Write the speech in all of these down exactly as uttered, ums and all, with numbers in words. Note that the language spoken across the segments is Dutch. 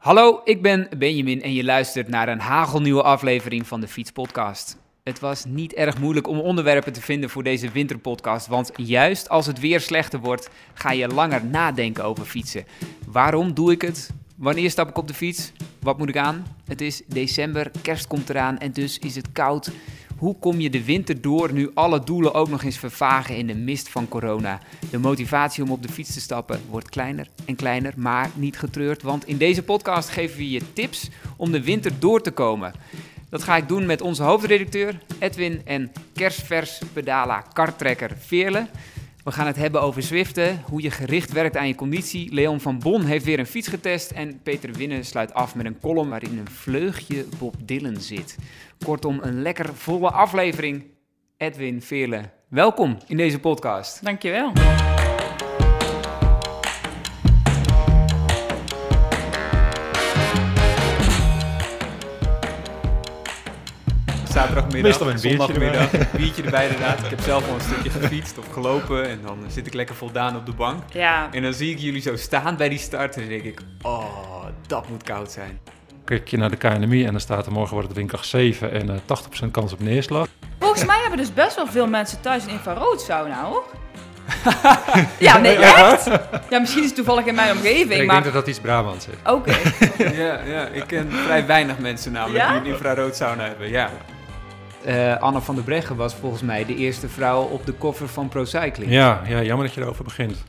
Hallo, ik ben Benjamin en je luistert naar een hagelnieuwe aflevering van de Fietspodcast. Het was niet erg moeilijk om onderwerpen te vinden voor deze winterpodcast, want juist als het weer slechter wordt, ga je langer nadenken over fietsen. Waarom doe ik het? Wanneer stap ik op de fiets? Wat moet ik aan? Het is december, kerst komt eraan en dus is het koud. Hoe kom je de winter door nu alle doelen ook nog eens vervagen in de mist van corona? De motivatie om op de fiets te stappen wordt kleiner en kleiner, maar niet getreurd. Want in deze podcast geven we je tips om de winter door te komen. Dat ga ik doen met onze hoofdredacteur Edwin en kerstvers pedala karttrekker Veerle. We gaan het hebben over Zwiften, hoe je gericht werkt aan je conditie. Leon van Bon heeft weer een fiets getest en Peter Winnen sluit af met een column waarin een vleugje Bob Dylan zit. Kortom, een lekker volle aflevering. Edwin, Veerle, welkom in deze podcast. Dankjewel. Zaterdagmiddag, een zondagmiddag, een biertje erbij inderdaad. Ik heb zelf al een stukje gefietst of gelopen en dan zit ik lekker voldaan op de bank. Ja. En dan zie ik jullie zo staan bij die start en dan denk ik, oh, dat moet koud zijn. Kijk je naar de K N M I en dan staat er morgen wordt het windkracht zeven en uh, tachtig procent kans op neerslag. Volgens mij hebben dus best wel veel mensen thuis een infraroodsauna, hoor. Ja, nee, echt? Ja, misschien is het toevallig in mijn omgeving, Ik maar... denk dat dat iets Brabants is. Oké. Ja, ja, ik ken vrij weinig mensen namelijk Ja? die een infraroodsauna hebben, ja. Uh, Anne van der Breggen was volgens mij de eerste vrouw op de cover van Pro Cycling. Ja, ja, jammer dat je erover begint.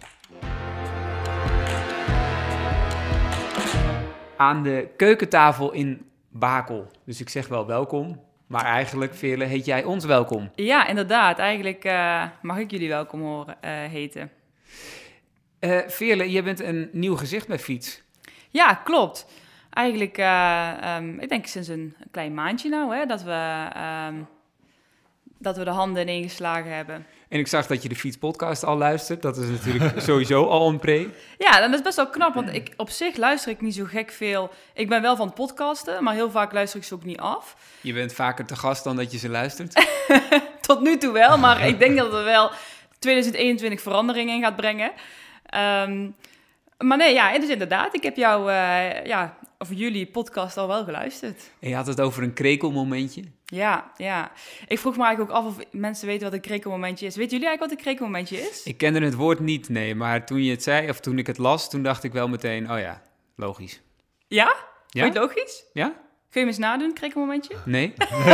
Aan de keukentafel in Bakel. Dus ik zeg wel welkom. Maar eigenlijk, Veerle, heet jij ons welkom? Ja, inderdaad. Eigenlijk uh, mag ik jullie welkom horen uh, heten. Uh, Veerle, je bent een nieuw gezicht bij Fiets. Ja, klopt. Eigenlijk, uh, um, ik denk sinds een klein maandje nou, hè, dat we, um, dat we de handen ineengeslagen hebben. En ik zag dat je de Fietspodcast al luistert. Dat is natuurlijk sowieso al een pre. Ja, dat is best wel knap, want ik, op zich luister ik niet zo gek veel. Ik ben wel van het podcasten, maar heel vaak luister ik ze ook niet af. Je bent vaker te gast dan dat je ze luistert? Tot nu toe wel, maar ik denk dat er wel twintig eenentwintig verandering in gaat brengen. Um, maar nee, ja, dus inderdaad, ik heb jou, uh, ja, of jullie podcast al wel geluisterd. En je had het over een krekelmomentje. Ja, ja. Ik vroeg me eigenlijk ook af of mensen weten wat een krekelmomentje is. Weten jullie eigenlijk wat een krekelmomentje is? Ik kende het woord niet, nee. Maar toen je het zei, of toen ik het las, toen dacht ik wel meteen, oh ja, logisch. Ja? Ja? Vind je het logisch? Ja? Kun je hem eens nadoen, krekelmomentje? Nee.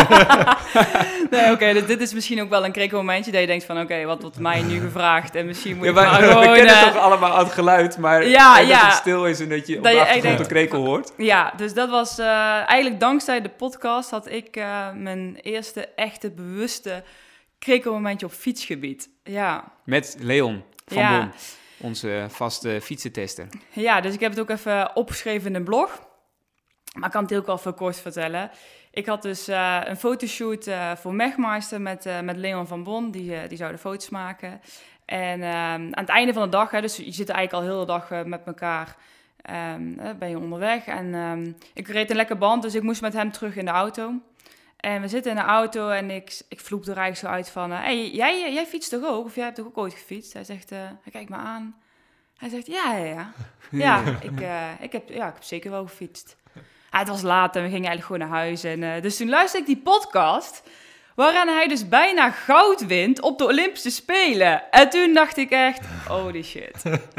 Nee, oké, okay, dit, dit is misschien ook wel een krekelmomentje dat je denkt van, oké, okay, wat wordt mij nu gevraagd? En misschien moet ja, ik maar, maar gewoon... We kennen uh, toch allemaal het geluid, maar ja, dat ja. het stil is en dat je op Dat de je achtergrond echt een krekel hoort. Ja, dus dat was uh, eigenlijk dankzij de podcast had ik uh, mijn eerste echte bewuste krekelmomentje op fietsgebied. Ja. Met Leon van ja. Bon, onze vaste fietsentester. Ja, dus ik heb het ook even opgeschreven in een blog. Maar ik kan het heel wel veel kort vertellen. Ik had dus uh, een fotoshoot uh, voor Megmeister met, uh, met Leon van Bon. Die, uh, die zou de foto's maken. En uh, aan het einde van de dag, hè, dus je zit eigenlijk al heel de dag uh, met elkaar, um, uh, ben je onderweg. En um, ik reed een lekker band, dus ik moest met hem terug in de auto. En we zitten in de auto en ik, ik vloep er eigenlijk zo uit van... Uh, hey, jij, jij fietst toch ook? Of jij hebt toch ook ooit gefietst? Hij zegt, uh, hij kijkt me aan. Hij zegt, ja, ja, ja. Ja, ik, uh, ik, heb, ja ik heb zeker wel gefietst. Ja, het was laat en we gingen eigenlijk gewoon naar huis. En, uh, dus toen luisterde ik die podcast, waaraan hij dus bijna goud wint op de Olympische Spelen. En toen dacht ik echt, holy shit.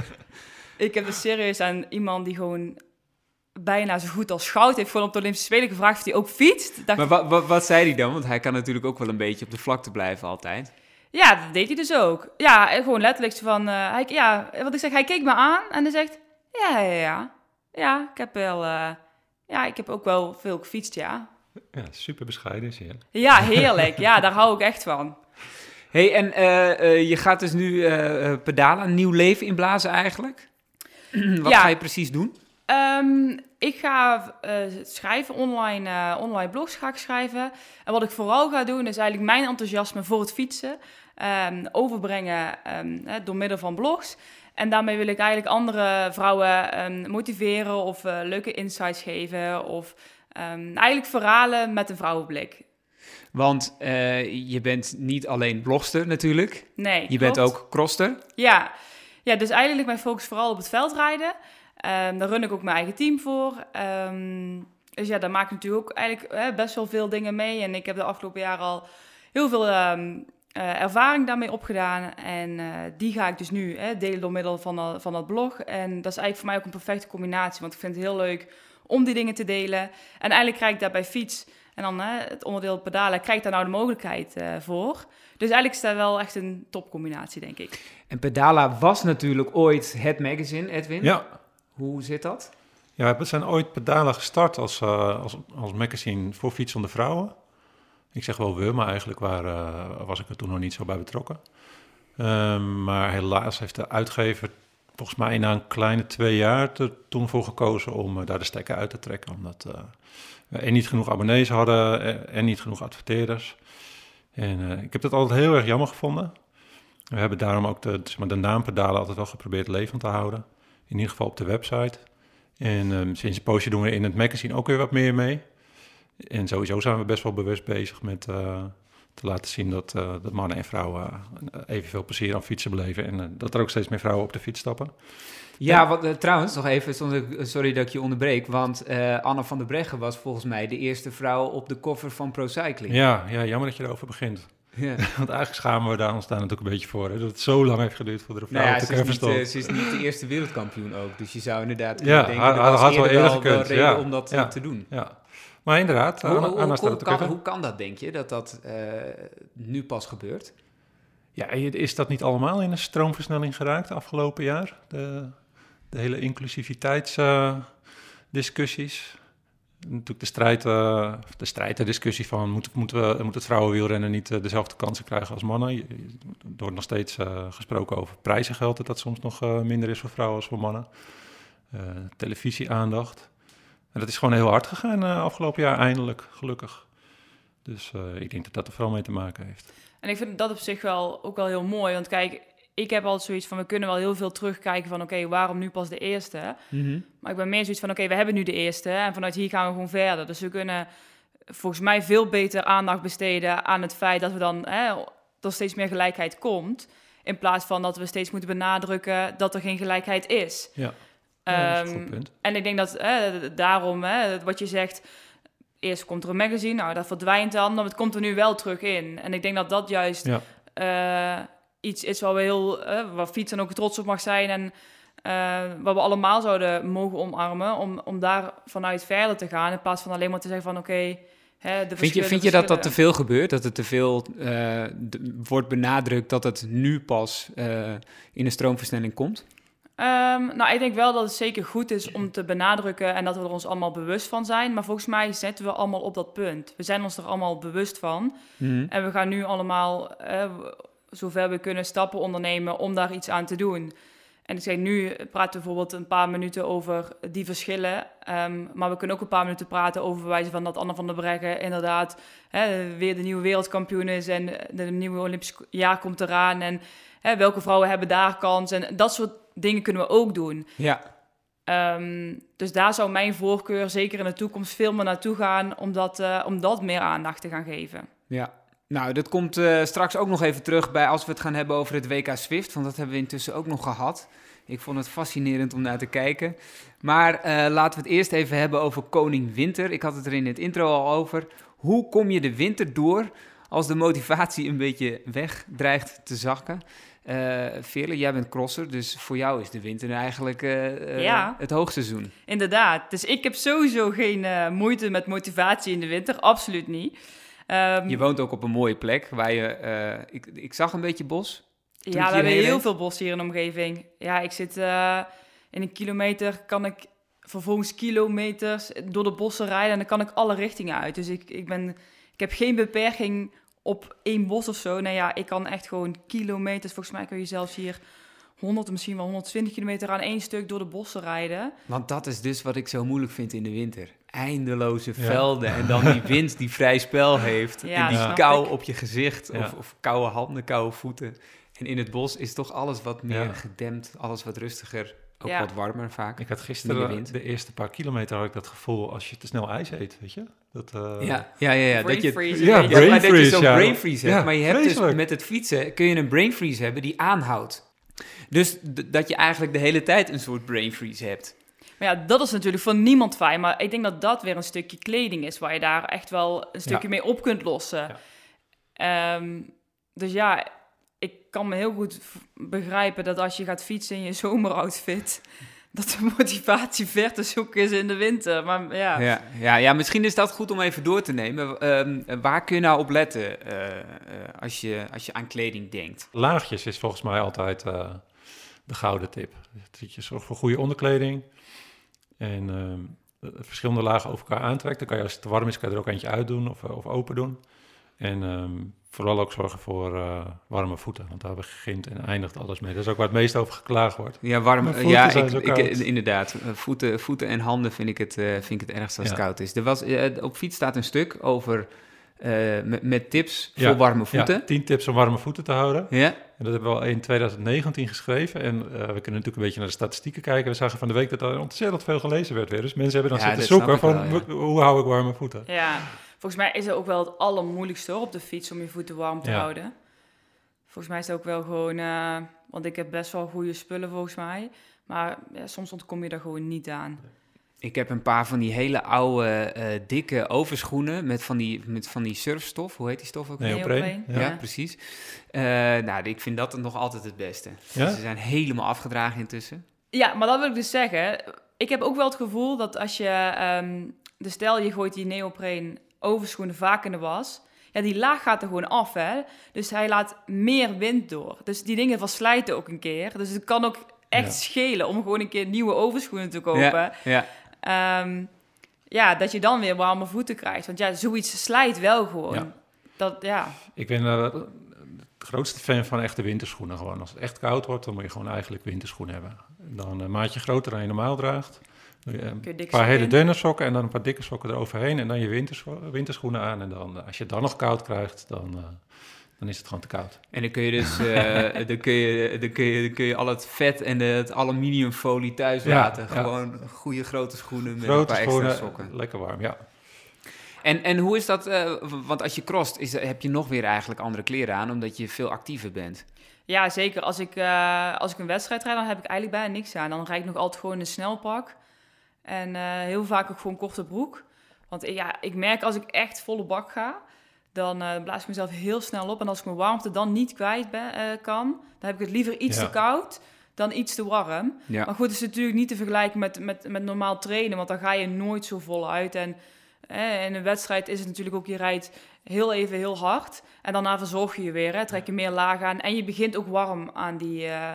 Ik heb dus serieus aan iemand die gewoon bijna zo goed als goud heeft gewoon op de Olympische Spelen gevraagd of hij ook fietst. Dacht maar wat, wat, wat zei hij dan? Want hij kan natuurlijk ook wel een beetje op de vlakte blijven altijd. Ja, dat deed hij dus ook. Ja, gewoon letterlijk van, uh, hij, ja, wat ik zeg, hij keek me aan en hij zegt, ja, ja, ja. Ja, ik heb wel... Uh, Ja, ik heb ook wel veel gefietst, ja. Ja, super bescheiden is hij. Ja, heerlijk. Ja, daar hou ik echt van. Hey, en uh, uh, je gaat dus nu uh, pedalen, een nieuw leven inblazen eigenlijk. Wat ja. ga je precies doen? Um, ik ga uh, schrijven, online, uh, online blogs ga ik schrijven. En wat ik vooral ga doen, is eigenlijk mijn enthousiasme voor het fietsen um, overbrengen um, uh, door middel van blogs. En daarmee wil ik eigenlijk andere vrouwen um, motiveren of uh, leuke insights geven of um, eigenlijk verhalen met een vrouwenblik. Want uh, je bent niet alleen blogster natuurlijk. Nee, Je klopt. bent ook crosster. Ja. ja, dus eigenlijk ligt mijn focus vooral op het veldrijden. daar run ik ook mijn eigen team voor. Um, dus ja, daar maak ik natuurlijk ook eigenlijk uh, best wel veel dingen mee. En ik heb de afgelopen jaren al heel veel um, uh, ervaring daarmee opgedaan. En uh, die ga ik dus nu uh, delen door middel van, uh, van dat blog. En dat is eigenlijk voor mij ook een perfecte combinatie. Want ik vind het heel leuk om die dingen te delen. En eigenlijk krijg ik daar bij fiets en dan uh, het onderdeel pedalen, krijg ik daar nou de mogelijkheid uh, voor. Dus eigenlijk is dat wel echt een topcombinatie, denk ik. En Pedala was natuurlijk ooit het magazine, Edwin. Ja. Hoe zit dat? Ja, we zijn ooit Pedala gestart als, uh, als, als magazine voor fietsende vrouwen. Ik zeg wel we, maar eigenlijk waar, uh, was ik er toen nog niet zo bij betrokken. Um, maar helaas heeft de uitgever volgens mij na een kleine twee jaar er toen voor gekozen om uh, daar de stekker uit te trekken. Omdat uh, we en niet genoeg abonnees hadden en, en niet genoeg adverteerders. En uh, ik heb dat altijd heel erg jammer gevonden. We hebben daarom ook de, zeg maar, de naam Pedala altijd wel geprobeerd levend te houden. In ieder geval op de website. En um, sinds een poosje doen we in het magazine ook weer wat meer mee. En sowieso zijn we best wel bewust bezig met uh, te laten zien dat, uh, dat mannen en vrouwen uh, evenveel plezier aan fietsen beleven. En uh, dat er ook steeds meer vrouwen op de fiets stappen. Ja, ja. Wat, uh, trouwens, nog even, sorry dat ik je onderbreek. Want uh, Anne van der Breggen was volgens mij de eerste vrouw op de cover van Pro Cycling. Ja, ja, jammer dat je erover begint. Ja. Want eigenlijk schamen we daar ons daar natuurlijk een beetje voor. Hè? Dat het zo lang heeft geduurd voor de vrouw nou ja, te ze, is niet, uh, ze is niet de eerste wereldkampioen ook. Dus je zou inderdaad ja, denken, had, er was had eerder wel eerder wel, wel reden ja, om dat ja, te doen. Ja. Maar inderdaad, hoe, Anna, hoe, Anna hoe, hoe, kan, hoe kan dat, denk je, dat dat uh, nu pas gebeurt? Ja, is dat niet allemaal in een stroomversnelling geraakt afgelopen jaar? De, de hele inclusiviteitsdiscussies. Uh, Natuurlijk de strijd, uh, de strijd, de discussie van moet, moeten we, moet het vrouwenwielrennen niet uh, dezelfde kansen krijgen als mannen? Er wordt nog steeds uh, gesproken over prijzengeld, dat dat soms nog uh, minder is voor vrouwen als voor mannen. Uh, televisieaandacht. En dat is gewoon heel hard gegaan uh, afgelopen jaar, eindelijk, gelukkig. Dus uh, ik denk dat dat er vooral mee te maken heeft. En ik vind dat op zich wel ook wel heel mooi, want kijk, ik heb altijd zoiets van, we kunnen wel heel veel terugkijken van, oké, okay, waarom nu pas de eerste? Mm-hmm. Maar ik ben meer zoiets van, oké, okay, we hebben nu de eerste en vanuit hier gaan we gewoon verder. Dus we kunnen volgens mij veel beter aandacht besteden aan het feit dat we dan, hè, er steeds meer gelijkheid komt, in plaats van dat we steeds moeten benadrukken dat er geen gelijkheid is. Ja, ja dat is een um, goed punt. En ik denk dat hè, daarom, hè, wat je zegt, eerst komt er een magazine, nou dat verdwijnt dan, maar het komt er nu wel terug in. En ik denk dat dat juist Ja. Uh, iets is waar we heel, uh, waar fietsen ook trots op mag zijn en uh, waar we allemaal zouden mogen omarmen, om, om daar vanuit verder te gaan, in plaats van alleen maar te zeggen van oké, okay, hè, de Vind je, vind je dat dat te veel gebeurt? Dat het te veel uh, d- wordt benadrukt dat het nu pas uh, in de stroomversnelling komt? Um, nou, ik denk wel dat het zeker goed is om te benadrukken en dat we er ons allemaal bewust van zijn. Maar volgens mij zetten we allemaal op dat punt. We zijn ons er allemaal bewust van. Mm-hmm. En we gaan nu allemaal, uh, zover we kunnen, stappen ondernemen om daar iets aan te doen. En ik zeg, nu praten we bijvoorbeeld een paar minuten over die verschillen. Um, maar we kunnen ook een paar minuten praten over bewijzen van dat Anne van der Breggen inderdaad hè, weer de nieuwe wereldkampioen is. En de nieuwe Olympisch jaar komt eraan. En hè, welke vrouwen hebben daar kans. En dat soort dingen kunnen we ook doen. Ja. Um, dus daar zou mijn voorkeur zeker in de toekomst veel meer naartoe gaan om dat, uh, om dat meer aandacht te gaan geven. Ja, nou dat komt uh, straks ook nog even terug bij als we het gaan hebben over het W K Zwift, want dat hebben we intussen ook nog gehad. Ik vond het fascinerend om naar te kijken. Maar uh, laten we het eerst even hebben over Koning Winter. Ik had het er in het intro al over. Hoe kom je de winter door als de motivatie een beetje weg dreigt te zakken? Uh, Veerle, jij bent crosser, dus voor jou is de winter eigenlijk uh, uh, ja, het hoogseizoen. Inderdaad, dus ik heb sowieso geen uh, moeite met motivatie in de winter, absoluut niet. Um, je woont ook op een mooie plek, waar je, uh, ik, ik zag een beetje bos. Ja, we hebben heel reed. veel bos hier in de omgeving. Ja, ik zit uh, in een kilometer, kan ik vervolgens kilometers door de bossen rijden en dan kan ik alle richtingen uit. Dus ik, ik, ben, ik heb geen beperking op één bos of zo. Nee, ja, ik kan echt gewoon kilometers. Volgens mij kun je zelfs hier honderd, misschien wel honderdtwintig kilometer aan één stuk door de bossen rijden. Want dat is dus wat ik zo moeilijk vind in de winter. Eindeloze velden ja. en dan die wind die vrij spel heeft. Ja, en die ja. kou ik. op je gezicht ja. of, of koude handen, koude voeten. En in het bos is toch alles wat meer ja. gedempt, alles wat rustiger, ook ja. wat warmer vaak. Ik had gisteren de, de eerste paar kilometer had ik dat gevoel als je te snel ijs eet, weet je? Dat, uh... ja, ja, ja, ja. Brain dat je, freeze. Ja, ja, brain maar freeze, dat je zo'n ja. brain freeze hebt. Ja, maar je hebt vreselijk. dus met het fietsen, kun je een brain freeze hebben die aanhoudt. Dus d- dat je eigenlijk de hele tijd een soort brain freeze hebt. Maar ja, dat is natuurlijk voor niemand fijn. Maar ik denk dat dat weer een stukje kleding is... waar je daar echt wel een stukje ja. mee op kunt lossen. Ja. Um, dus ja, ik kan me heel goed v- begrijpen... dat als je gaat fietsen in je zomeroutfit... dat de motivatie ver te zoeken is in de winter. Maar ja. Ja, ja, ja, misschien is dat goed om even door te nemen. Um, waar kun je nou op letten uh, uh, als, je, als je aan kleding denkt? Laagjes is volgens mij altijd uh, de gouden tip. Dat je zorgt voor goede onderkleding. En um, verschillende lagen over elkaar aantrekt. Dan kan je, als het te warm is, kan je er ook eentje uitdoen of, of open doen. En um, vooral ook zorgen voor uh, warme voeten. Want daar begint en eindigt alles mee. Dat is ook waar het meest over geklaagd wordt. Ja, warme ja, ik, ik, inderdaad. Voeten, voeten en handen vind ik het, uh, vind ik het ergst als ja. het koud is. Er was, uh, op Fiets staat een stuk over uh, met, met tips ja. voor warme voeten. Ja, tien tips om warme voeten te houden. Ja. En dat hebben we al in twintig negentien geschreven. En uh, we kunnen natuurlijk een beetje naar de statistieken kijken. We zagen van de week dat er ontzettend veel gelezen werd weer. Dus mensen hebben dan ja, zitten zoeken van wel, ja. hoe hou ik warme voeten. Ja. Volgens mij is het ook wel het allermoeilijkste hoor, op de fiets om je voeten warm te ja. houden. Volgens mij is het ook wel gewoon... Uh, want ik heb best wel goede spullen volgens mij. Maar ja, soms ontkom je daar gewoon niet aan. Ik heb een paar van die hele oude, uh, dikke overschoenen met van, die, met van die surfstof. Hoe heet die stof ook? Neopreen. Ja, ja, precies. Uh, nou, ik vind dat nog altijd het beste. Ja? Ze zijn helemaal afgedragen intussen. Ja, maar dat wil ik dus zeggen. Ik heb ook wel het gevoel dat als je... Um, de stel, je gooit die neopreen... overschoenen vaak in de was. Ja, die laag gaat er gewoon af, hè. Dus hij laat meer wind door. Dus die dingen verslijten ook een keer. Dus het kan ook echt ja. schelen om gewoon een keer nieuwe overschoenen te kopen. Ja, ja. Um, ja, dat je dan weer warme voeten krijgt. Want ja, zoiets slijt wel gewoon. Ja. Dat, ja. Ik ben uh, de grootste fan van echte winterschoenen gewoon. Als het echt koud wordt, dan moet je gewoon eigenlijk winterschoenen hebben. Dan een maatje groter dan je normaal draagt. Een paar hele dunne sokken en dan een paar dikke sokken eroverheen. En dan je winterscho- winterschoenen aan. En dan, als je het dan nog koud krijgt, dan, uh, dan is het gewoon te koud. En dan kun je dus uh, dan kun je, dan kun je, dan kun je al het vet en de, het aluminiumfolie thuis ja, laten. Ja. Gewoon goede grote schoenen met grote een paar schoenen, extra sokken. Lekker warm, ja. En, en hoe is dat? Uh, want als je crost, is, heb je nog weer eigenlijk andere kleren aan, omdat je veel actiever bent. Ja, zeker. Als ik, uh, als ik een wedstrijd rijd, dan heb ik eigenlijk bijna niks aan. Dan rijd ik nog altijd gewoon een snelpak. En uh, heel vaak ook gewoon korte broek. Want ja, ik merk als ik echt volle bak ga, dan uh, blaas ik mezelf heel snel op. En als ik mijn warmte dan niet kwijt ben, uh, kan, dan heb ik het liever iets ja. te koud dan iets te warm. Ja. Maar goed, het is natuurlijk niet te vergelijken met, met, met normaal trainen, want dan ga je nooit zo voluit. En eh, in een wedstrijd is het natuurlijk ook, je rijdt heel even heel hard. En daarna verzorg je je weer, hè, trek je meer laag aan. En je begint ook warm aan die... Uh,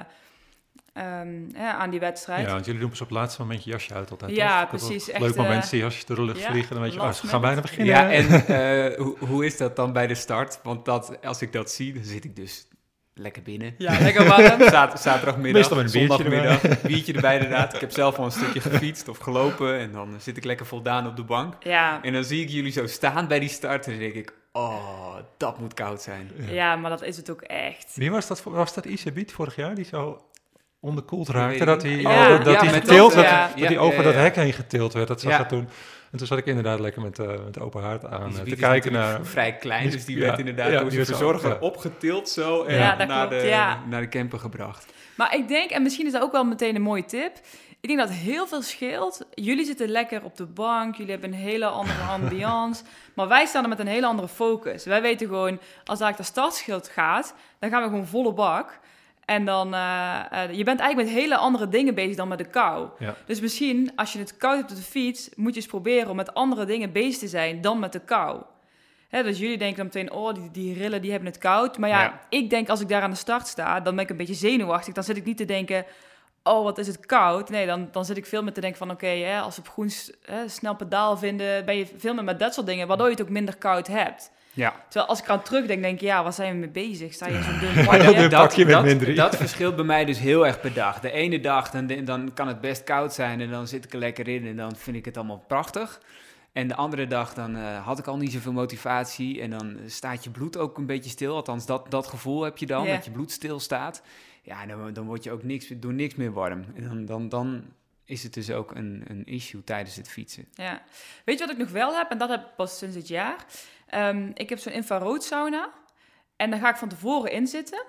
Um, ja, aan die wedstrijd. Ja, want jullie doen pas op het laatste moment je jasje uit altijd. Ja, toch? precies. Echt, leuk moment, uh, die jasjes door de lucht ja, vliegen. Dan weet je, oh, ze gaan bijna beginnen. Ja, en uh, hoe, hoe is dat dan bij de start? Want dat, als ik dat zie, dan zit ik dus lekker binnen. Ja, lekker warm. Zat, zaterdagmiddag, een zondagmiddag, erbij. biertje erbij inderdaad. Ik heb zelf al een stukje gefietst of gelopen en dan zit ik lekker voldaan op de bank. Ja. En dan zie ik jullie zo staan bij die start en dan denk ik, oh, dat moet koud zijn. Ja, ja, maar dat is het ook echt. Wie was dat? Was dat Isebiet vorig jaar? Die zo... onderkoeld raakte, dat hij, ja. oh, dat, dat ja, hij getild werd, ja. dat hij ja, over ja, ja, ja. dat hek heen getild werd. Dat zag ja. ik toen. En toen zat ik inderdaad lekker met, uh, met open haard aan uh, te kijken naar... vrij klein, dus die ja, werd inderdaad ja, door zijn verzorger ja. opgetild zo en ja, naar, klopt, de, ja. naar de camper gebracht. Maar ik denk, en misschien is dat ook wel meteen een mooie tip, ik denk dat heel veel scheelt. Jullie zitten lekker op de bank, jullie hebben een hele andere ambiance, maar wij staan er met een hele andere focus. Wij weten gewoon, als daar de startschild gaat, dan gaan we gewoon volle bak. En dan, uh, uh, je bent eigenlijk met hele andere dingen bezig dan met de kou. Ja. Dus misschien, als je het koud hebt op de fiets, moet je eens proberen om met andere dingen bezig te zijn dan met de kou. Hè, dus jullie denken dan meteen, oh, die, die rillen, die hebben het koud. Maar ja, ja, ik denk als ik daar aan de start sta, dan ben ik een beetje zenuwachtig. Dan zit ik niet te denken, oh, wat is het koud. Nee, dan, dan zit ik veel meer te denken van, oké, okay, als we op groen hè, snel pedaal vinden, ben je veel meer met dat soort dingen, waardoor je het ook minder koud hebt. Ja. Terwijl als ik aan terugdenk, denk ik, ja, waar zijn we mee bezig? Sta je in zo'n dun pakje? pakje? dat, pakje met dat, minder. Dat verschilt bij mij dus heel erg per dag. De ene dag, dan, dan kan het best koud zijn en dan zit ik er lekker in en dan vind ik het allemaal prachtig. En de andere dag, dan uh, had ik al niet zoveel motivatie en dan staat je bloed ook een beetje stil. Althans, dat, dat gevoel heb je dan, yeah. dat je bloed stil staat. Ja, dan, dan word je ook niks, door niks meer warm. En dan... dan, dan is het dus ook een, een issue tijdens het fietsen. Ja. Weet je wat ik nog wel heb? En dat heb ik pas sinds dit jaar. Um, ik heb zo'n infraroodsauna. En daar ga ik van tevoren in zitten.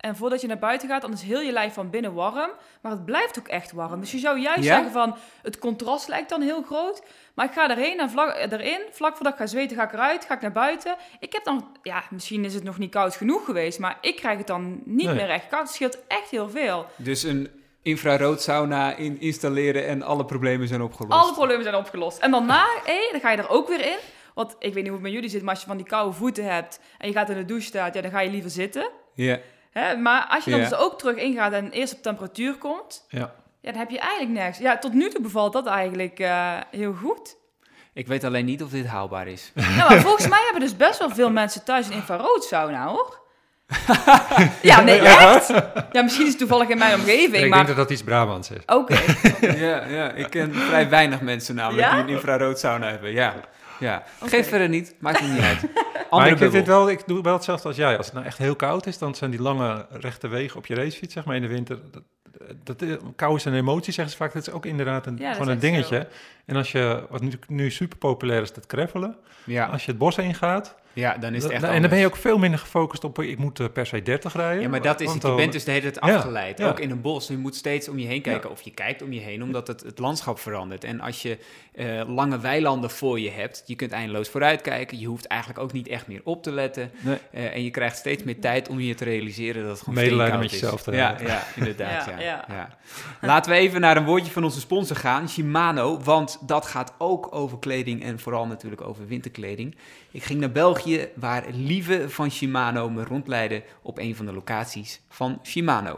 En voordat je naar buiten gaat, dan is heel je lijf van binnen warm. Maar het blijft ook echt warm. Dus je zou juist Ja? zeggen van, het contrast lijkt dan heel groot. Maar ik ga erheen en vlak, erin, vlak voordat ik ga zweten, ga ik eruit, ga ik naar buiten. Ik heb dan, ja, misschien is het nog niet koud genoeg geweest, maar ik krijg het dan niet Nee. meer echt koud. Het scheelt echt heel veel. Dus een infrarood sauna in installeren en alle problemen zijn opgelost. Alle problemen zijn opgelost. En daarna, hé, dan ga je er ook weer in. Want ik weet niet hoe het met jullie zit, maar als je van die koude voeten hebt en je gaat in de douche staat, ja, dan ga je liever zitten. Ja. Hè? Maar als je dan Ja. dus ook terug ingaat en eerst op temperatuur komt, Ja. ja, dan heb je eigenlijk nergens. Ja, tot nu toe bevalt dat eigenlijk uh, heel goed. Ik weet alleen niet of dit haalbaar is. Nou, maar volgens mij hebben dus best wel veel mensen thuis een infraroodsauna, hoor. Ja, nee, echt? Ja, misschien is het toevallig in mijn omgeving, Ik maar... denk dat dat iets Brabants is. Oké. ja, ja, ik ken vrij weinig mensen namelijk Ja? die een infrarood sauna hebben. Ja, ja. Oké. Geef verder niet, maakt het niet uit. Maar Andere ik, vind het bubbel. wel, ik doe wel hetzelfde als jij. Als het nou echt heel koud is, dan zijn die lange rechte wegen op je racefiets, zeg maar in de winter. Dat, dat, dat, kou is een emotie, zeggen ze vaak. Dat is ook inderdaad een, Ja, dat gewoon is een echt dingetje. En als je, wat nu, nu super populair is, dat gravelen. Ja, Als je het bos heen gaat, ja, dan is het echt en dan ben je anders. ook veel minder gefocust op, ik moet eh, per se dertig rijden. Ja, maar dat is Want het. Je dan- bent dus de hele tijd Ja, afgeleid. ja. Ook in een bos. Je moet steeds om je heen kijken. Ja. Of je kijkt om je heen, omdat het, het landschap verandert. En als je uh, lange weilanden voor je hebt, je kunt eindeloos vooruitkijken. Je hoeft eigenlijk ook niet echt meer op te letten. Nee. Uh, en je krijgt steeds meer tijd om je te realiseren dat het gewoon Medelijden steenkoud met jezelf is. te ja, hebben. ja, inderdaad. ja, Ja, ja. ja. Laten we even naar een woordje van onze sponsor gaan, Shimano. Want dat gaat ook over kleding en vooral natuurlijk over winterkleding. Ik ging naar België, waar Lieve van Shimano me rondleidde op een van de locaties van Shimano.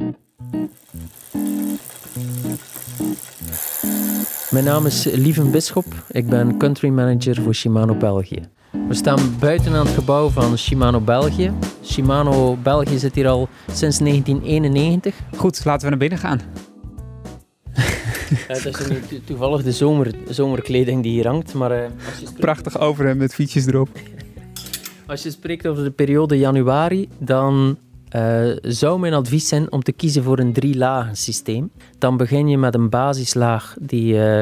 Mijn naam is Lieven Bisschop. Ik ben country manager voor Shimano België. We staan buiten aan het gebouw van Shimano België. Shimano België zit hier al sinds negentien eenennegentig. Goed, laten we naar binnen gaan. Ja, dat is nu to- toevallig de zomer, zomerkleding die hier hangt. Maar uh, als, je spreekt, Prachtig overhemd met fietsjes erop. als je spreekt over de periode januari, dan uh, zou mijn advies zijn om te kiezen voor een drie-lagen systeem. Dan begin je met een basislaag die uh, uh,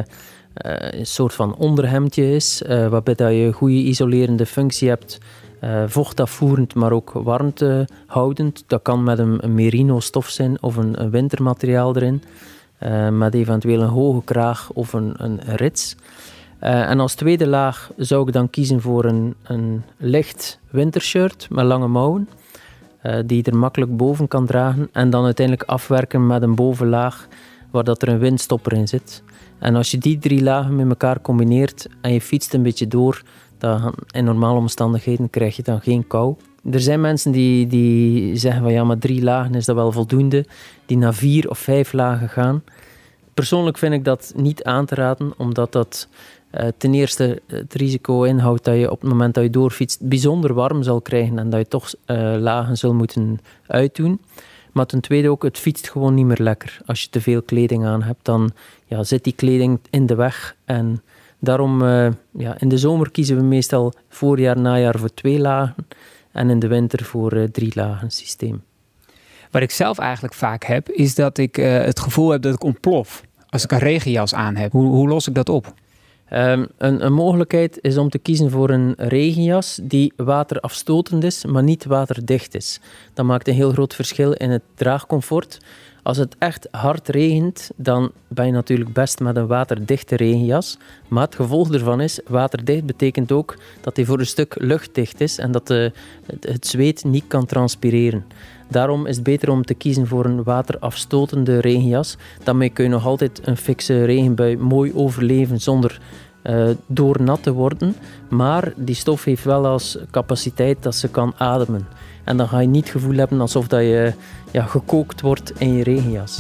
een soort van onderhemdje is, uh, waarbij dat je een goede isolerende functie hebt. Uh, vochtafvoerend, maar ook warmtehoudend. Dat kan met een, een merino stof zijn of een, een wintermateriaal erin. Uh, met eventueel een hoge kraag of een, een rits. Uh, en als tweede laag zou ik dan kiezen voor een, een licht wintershirt met lange mouwen, uh, die je er makkelijk boven kan dragen. En dan uiteindelijk afwerken met een bovenlaag waar dat er een windstopper in zit. En als je die drie lagen met elkaar combineert en je fietst een beetje door, dan in normale omstandigheden krijg je dan geen kou. Er zijn mensen die, die zeggen van ja, maar drie lagen is dat wel voldoende, die naar vier of vijf lagen gaan. Persoonlijk vind ik dat niet aan te raden, omdat dat uh, ten eerste het risico inhoudt dat je op het moment dat je doorfietst bijzonder warm zal krijgen en dat je toch uh, lagen zult moeten uitdoen. Maar ten tweede ook, het fietst gewoon niet meer lekker. Als je te veel kleding aan hebt, dan ja, zit die kleding in de weg. En daarom, uh, ja, in de zomer kiezen we meestal voorjaar, najaar voor twee lagen. En in de winter voor uh, drie lagen systeem. Wat ik zelf eigenlijk vaak heb, is dat ik uh, het gevoel heb dat ik ontplof. Als ik een regenjas aan heb. Hoe, hoe los ik dat op? Um, een, een mogelijkheid is om te kiezen voor een regenjas die waterafstotend is, maar niet waterdicht is. Dat maakt een heel groot verschil in het draagcomfort. Als het echt hard regent, dan ben je natuurlijk best met een waterdichte regenjas. Maar het gevolg ervan is, waterdicht betekent ook dat hij voor een stuk luchtdicht is en dat de, het zweet niet kan transpireren. Daarom is het beter om te kiezen voor een waterafstotende regenjas. Daarmee kun je nog altijd een fikse regenbui mooi overleven zonder uh, doornat te worden. Maar die stof heeft wel als capaciteit dat ze kan ademen. En dan ga je niet het gevoel hebben alsof dat je ja, gekookt wordt in je regenjas.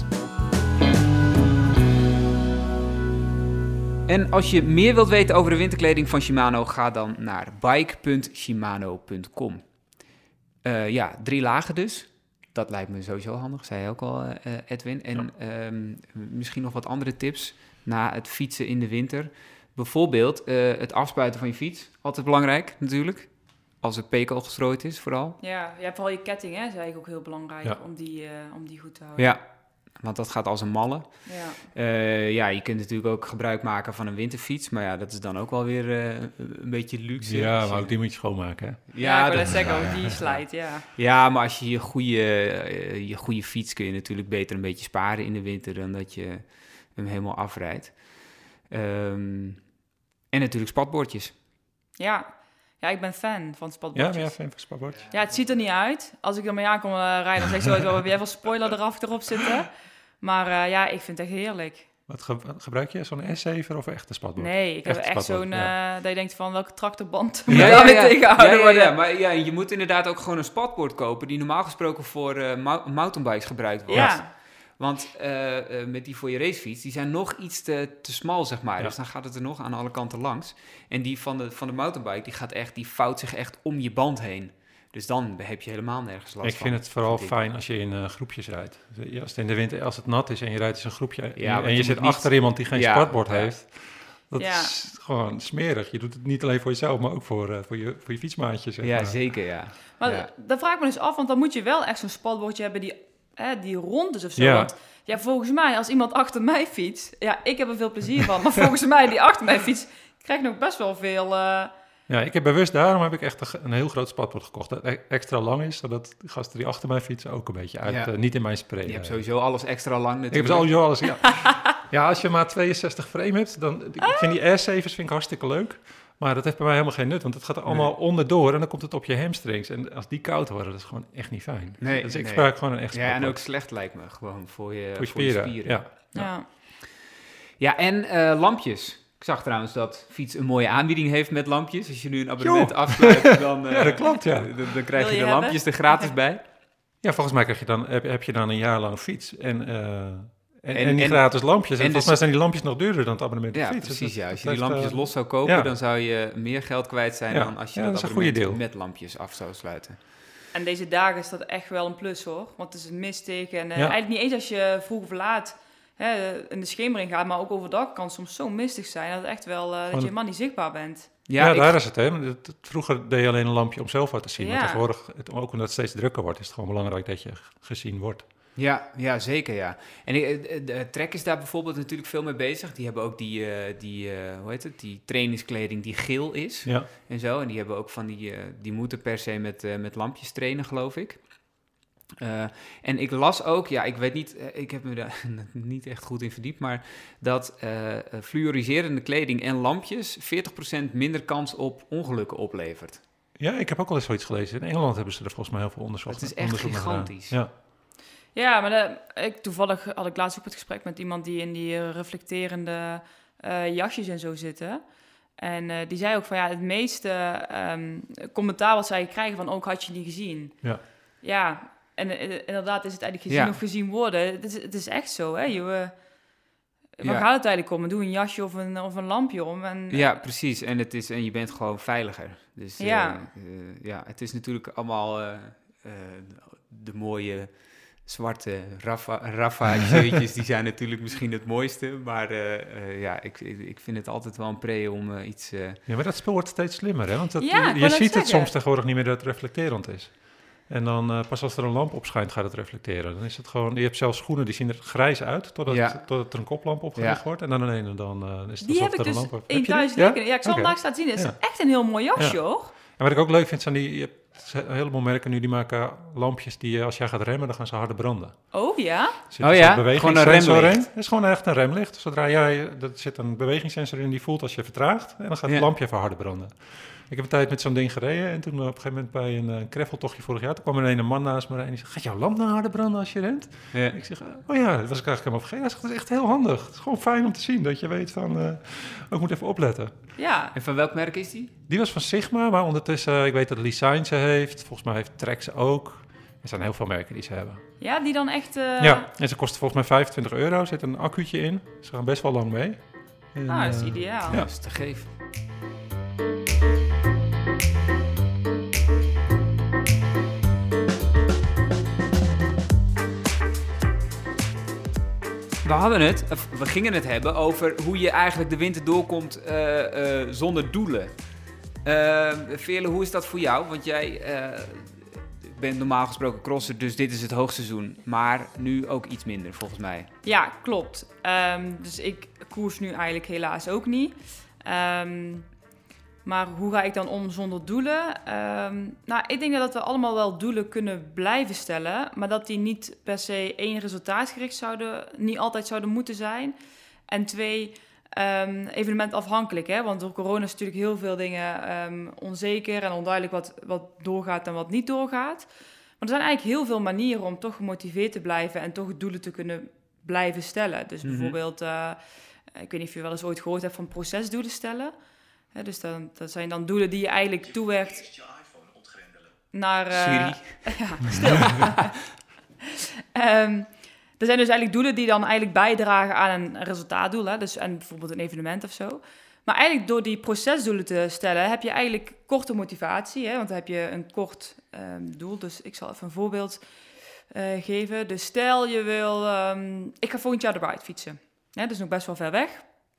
En als je meer wilt weten over de winterkleding van Shimano, ga dan naar bike punt shimano punt com. Uh, ja, drie lagen dus. Dat lijkt me sowieso handig, zei je ook al, uh, Edwin. En ja. um, misschien nog wat andere tips na het fietsen in de winter. Bijvoorbeeld uh, het afspuiten van je fiets. Altijd belangrijk natuurlijk. Als het pekel gestrooid is vooral. Ja, je hebt vooral je ketting, hè, is eigenlijk ook heel belangrijk ja. om, die, uh, om die goed te houden. Ja, Want dat gaat als een malle. Ja. Uh, ja, je kunt natuurlijk ook gebruik maken van een winterfiets. Maar ja, dat is dan ook wel weer uh, een beetje luxe. Ja, maar ook die moet je schoonmaken, hè? Ja, ja ik wil dat, zeggen, ja, ook die slijt, ja. Ja, maar als je je goede, uh, je goede fiets kun je natuurlijk beter een beetje sparen in de winter dan dat je hem helemaal afrijdt. Um, en natuurlijk spatbordjes. Ja. ja, ik ben fan van spatbordjes. Ja, ben jij fan van spatbordjes? Ja, het ziet er niet uit. Als ik ermee aan kom uh, rijden, dan zeg ik zo, heb jij van spoiler eraf erop zitten? Maar uh, ja, ik vind het echt heerlijk. Wat ge- gebruik je? Zo'n S zeven of echt een spatbord? Nee, ik heb echt, echt zo'n, ja. uh, dat je denkt van, welke tractorband ja, moet ja, daarmee ja, tegenhouden ja, ja, worden? ja, maar ja, je moet inderdaad ook gewoon een spatbord kopen die normaal gesproken voor uh, mou- mountainbikes gebruikt wordt. Ja. Want uh, uh, met die voor je racefiets, die zijn nog iets te, te smal, zeg maar. Ja. Dus dan gaat het er nog aan alle kanten langs. En die van de, van de mountainbike, die gaat echt, die vouwt zich echt om je band heen. Dus dan heb je helemaal nergens last ik van. vind het vooral vind fijn als je in uh, groepjes rijdt. Dus als het in de winter, als het nat is en je rijdt in een groepje ja, en je, je zit niet... achter iemand die geen ja, spatbord ja. heeft, dat ja. is gewoon smerig. Je doet het niet alleen voor jezelf, maar ook voor, uh, voor, je, voor je fietsmaatje. Zeg ja, maar. zeker, ja. Maar ja. dan vraag ik me dus af, want dan moet je wel echt zo'n spatbordje hebben die, hè, die rond is of zo. Ja. Want ja, volgens mij, als iemand achter mij fietst, ja, ik heb er veel plezier van. Maar volgens mij, die achter mij fietst, krijgt nog best wel veel... Uh... Ja, ik heb bewust daarom heb ik echt een heel groot spatbord gekocht. Dat extra lang is, zodat de gasten die achter mij fietsen ook een beetje uit, ja. uh, niet in mijn spray. Je hebt sowieso alles extra lang natuurlijk. Ik heb sowieso alles, ja. Ja, als je maar tweeënzestig frame hebt, dan... Ik vind die R zeven's vind ik hartstikke leuk. Maar dat heeft bij mij helemaal geen nut, want het gaat er allemaal nee. onderdoor en dan komt het op je hamstrings. En als die koud worden, dat is gewoon echt niet fijn. Nee, dus ik nee. gebruik gewoon een echt spatbord. Ja, en ook slecht lijkt me gewoon voor je, voor je voor je spieren. spieren. Ja, ja. ja. ja en uh, lampjes. Ik zag trouwens dat Fiets een mooie aanbieding heeft met lampjes. Als je nu een abonnement jo. afsluit, dan, uh, ja, dat klopt, ja. dan, dan krijg je, je de hebben? lampjes er gratis bij. Ja, volgens mij krijg je dan, heb, heb je dan een jaar lang fiets en... Uh, En, en, en die en, gratis lampjes. En, en volgens dus, mij zijn die lampjes nog duurder dan het abonnement op ja, fiets. precies. Dus ja. Als je dat die lampjes uh, los zou kopen, ja. dan zou je meer geld kwijt zijn ja. dan als je ja, dat, dat abonnement met lampjes af zou sluiten. En deze dagen is dat echt wel een plus, hoor. Want het is mistig en uh, ja. eigenlijk niet eens als je vroeg of laat hè, in de schemering gaat, maar ook overdag kan het soms zo mistig zijn dat het echt wel uh, dat je helemaal niet zichtbaar bent. Ja, ja ik... daar is het, hè. Vroeger deed je alleen een lampje om zelf uit te zien. Ja. Maar tegenwoordig, het, ook omdat het steeds drukker wordt, is het gewoon belangrijk dat je gezien wordt. Ja, ja, zeker, ja. En de, de Trek is daar bijvoorbeeld natuurlijk veel mee bezig. Die hebben ook die, uh, die uh, hoe heet het, die trainingskleding die geel is ja. en zo. En die hebben ook van die, uh, die moeten per se met, uh, met lampjes trainen, geloof ik. Uh, en ik las ook, ja, ik weet niet, uh, ik heb me daar niet echt goed in verdiept, maar dat uh, fluoriserende kleding en lampjes veertig procent minder kans op ongelukken oplevert. Ja, ik heb ook al eens zoiets gelezen. In Engeland hebben ze er volgens mij heel veel onderzoek naar gedaan. Het is echt gigantisch. Ja. Ja, maar de, ik, toevallig had ik laatst ook het gesprek met iemand die in die uh, reflecterende uh, jasjes en zo zitten. En uh, die zei ook van ja, het meeste um, commentaar wat zij krijgen van ook had je niet gezien. Ja. Ja, en uh, inderdaad is het eigenlijk gezien ja. of gezien worden. Het is, het is echt zo, hè. Je, uh, waar ja. gaat het eigenlijk om? Doe een jasje of een, of een lampje om. En, uh, ja, precies. En, het is, en je bent gewoon veiliger. Dus uh, ja. Uh, ja, het is natuurlijk allemaal uh, uh, de mooie... zwarte Rafa, Rafa-shirtjes, die zijn natuurlijk misschien het mooiste. Maar uh, uh, ja, ik, ik vind het altijd wel een pre om uh, iets... Uh... Ja, maar dat spul wordt steeds slimmer, hè? Want dat, ja, je, je ziet het soms tegenwoordig niet meer dat het reflecterend is. En dan uh, pas als er een lamp op schijnt, gaat het reflecteren. Dan is het gewoon... Je hebt zelfs schoenen, die zien er grijs uit, totdat, ja. totdat er een koplamp opgericht ja. wordt. En dan ineens dan uh, is het die alsof heb er ik een dus lamp op... in thuis ja? Ja, ik zal okay. hem laten zien. Het is ja. echt een heel mooi jasje, ja. hoor. En wat ik ook leuk vind, zijn die... Je hebt een heleboel merken nu, die maken lampjes die als jij gaat remmen, dan gaan ze harder branden. Oh ja? Er oh ja? Gewoon een remlicht. Het is gewoon echt een remlicht. Zodra jij, er zit een bewegingssensor in die voelt als je vertraagt. En dan gaat het ja. lampje even harder branden. Ik heb een tijd met zo'n ding gereden. En toen op een gegeven moment bij een, een graveltochtje vorig jaar, toen kwam er een man naast me en die zei, gaat jouw lamp nou harder branden als je rent? Ja. Ik zeg, oh ja, dat was ik eigenlijk helemaal vergeten. Hij zegt, dat is echt heel handig. Het is gewoon fijn om te zien dat je weet van, uh, ik moet even opletten. Ja. En van welk merk is die? Die was van Sigma, maar ondertussen, uh, ik weet dat Licijn ze heeft. Volgens mij heeft Trek ze ook. Er zijn heel veel merken die ze hebben. Ja, die dan echt... Uh... Ja, en ze kosten volgens mij vijfentwintig euro. Er zit een accuutje in. Ze gaan best wel lang mee. En, ah, dat is ideaal. Ja, dat is te geven. We hadden het, we gingen het hebben over hoe je eigenlijk de winter doorkomt uh, uh, zonder doelen. Uh, Veerle, hoe is dat voor jou? Want jij uh, bent normaal gesproken crosser, dus dit is het hoogseizoen. Maar nu ook iets minder, volgens mij. Ja, klopt. Um, dus ik koers nu eigenlijk helaas ook niet. Um, maar hoe ga ik dan om zonder doelen? Um, nou, ik denk dat we allemaal wel doelen kunnen blijven stellen, maar dat die niet per se één resultaatgericht zouden, niet altijd zouden moeten zijn. En twee, um, evenementafhankelijk, hè? Want door corona is natuurlijk heel veel dingen um, onzeker en onduidelijk wat, wat doorgaat en wat niet doorgaat. Maar er zijn eigenlijk heel veel manieren om toch gemotiveerd te blijven en toch doelen te kunnen blijven stellen. Dus mm-hmm. bijvoorbeeld, uh, ik weet niet of je wel eens ooit gehoord hebt van procesdoelen stellen. He, dus dan, dat zijn dan doelen die je eigenlijk toewerkt naar... Uh, Siri. Ja, stil. um, er zijn dus eigenlijk doelen die dan eigenlijk bijdragen aan een resultaatdoel. Hè? Dus aan bijvoorbeeld een evenement of zo. Maar eigenlijk door die procesdoelen te stellen heb je eigenlijk korte motivatie. Hè? Want dan heb je een kort um, doel. Dus ik zal even een voorbeeld uh, geven. Dus stel je wil... Um, ik ga volgend jaar de Ride fietsen. Ja, dat is nog best wel ver weg.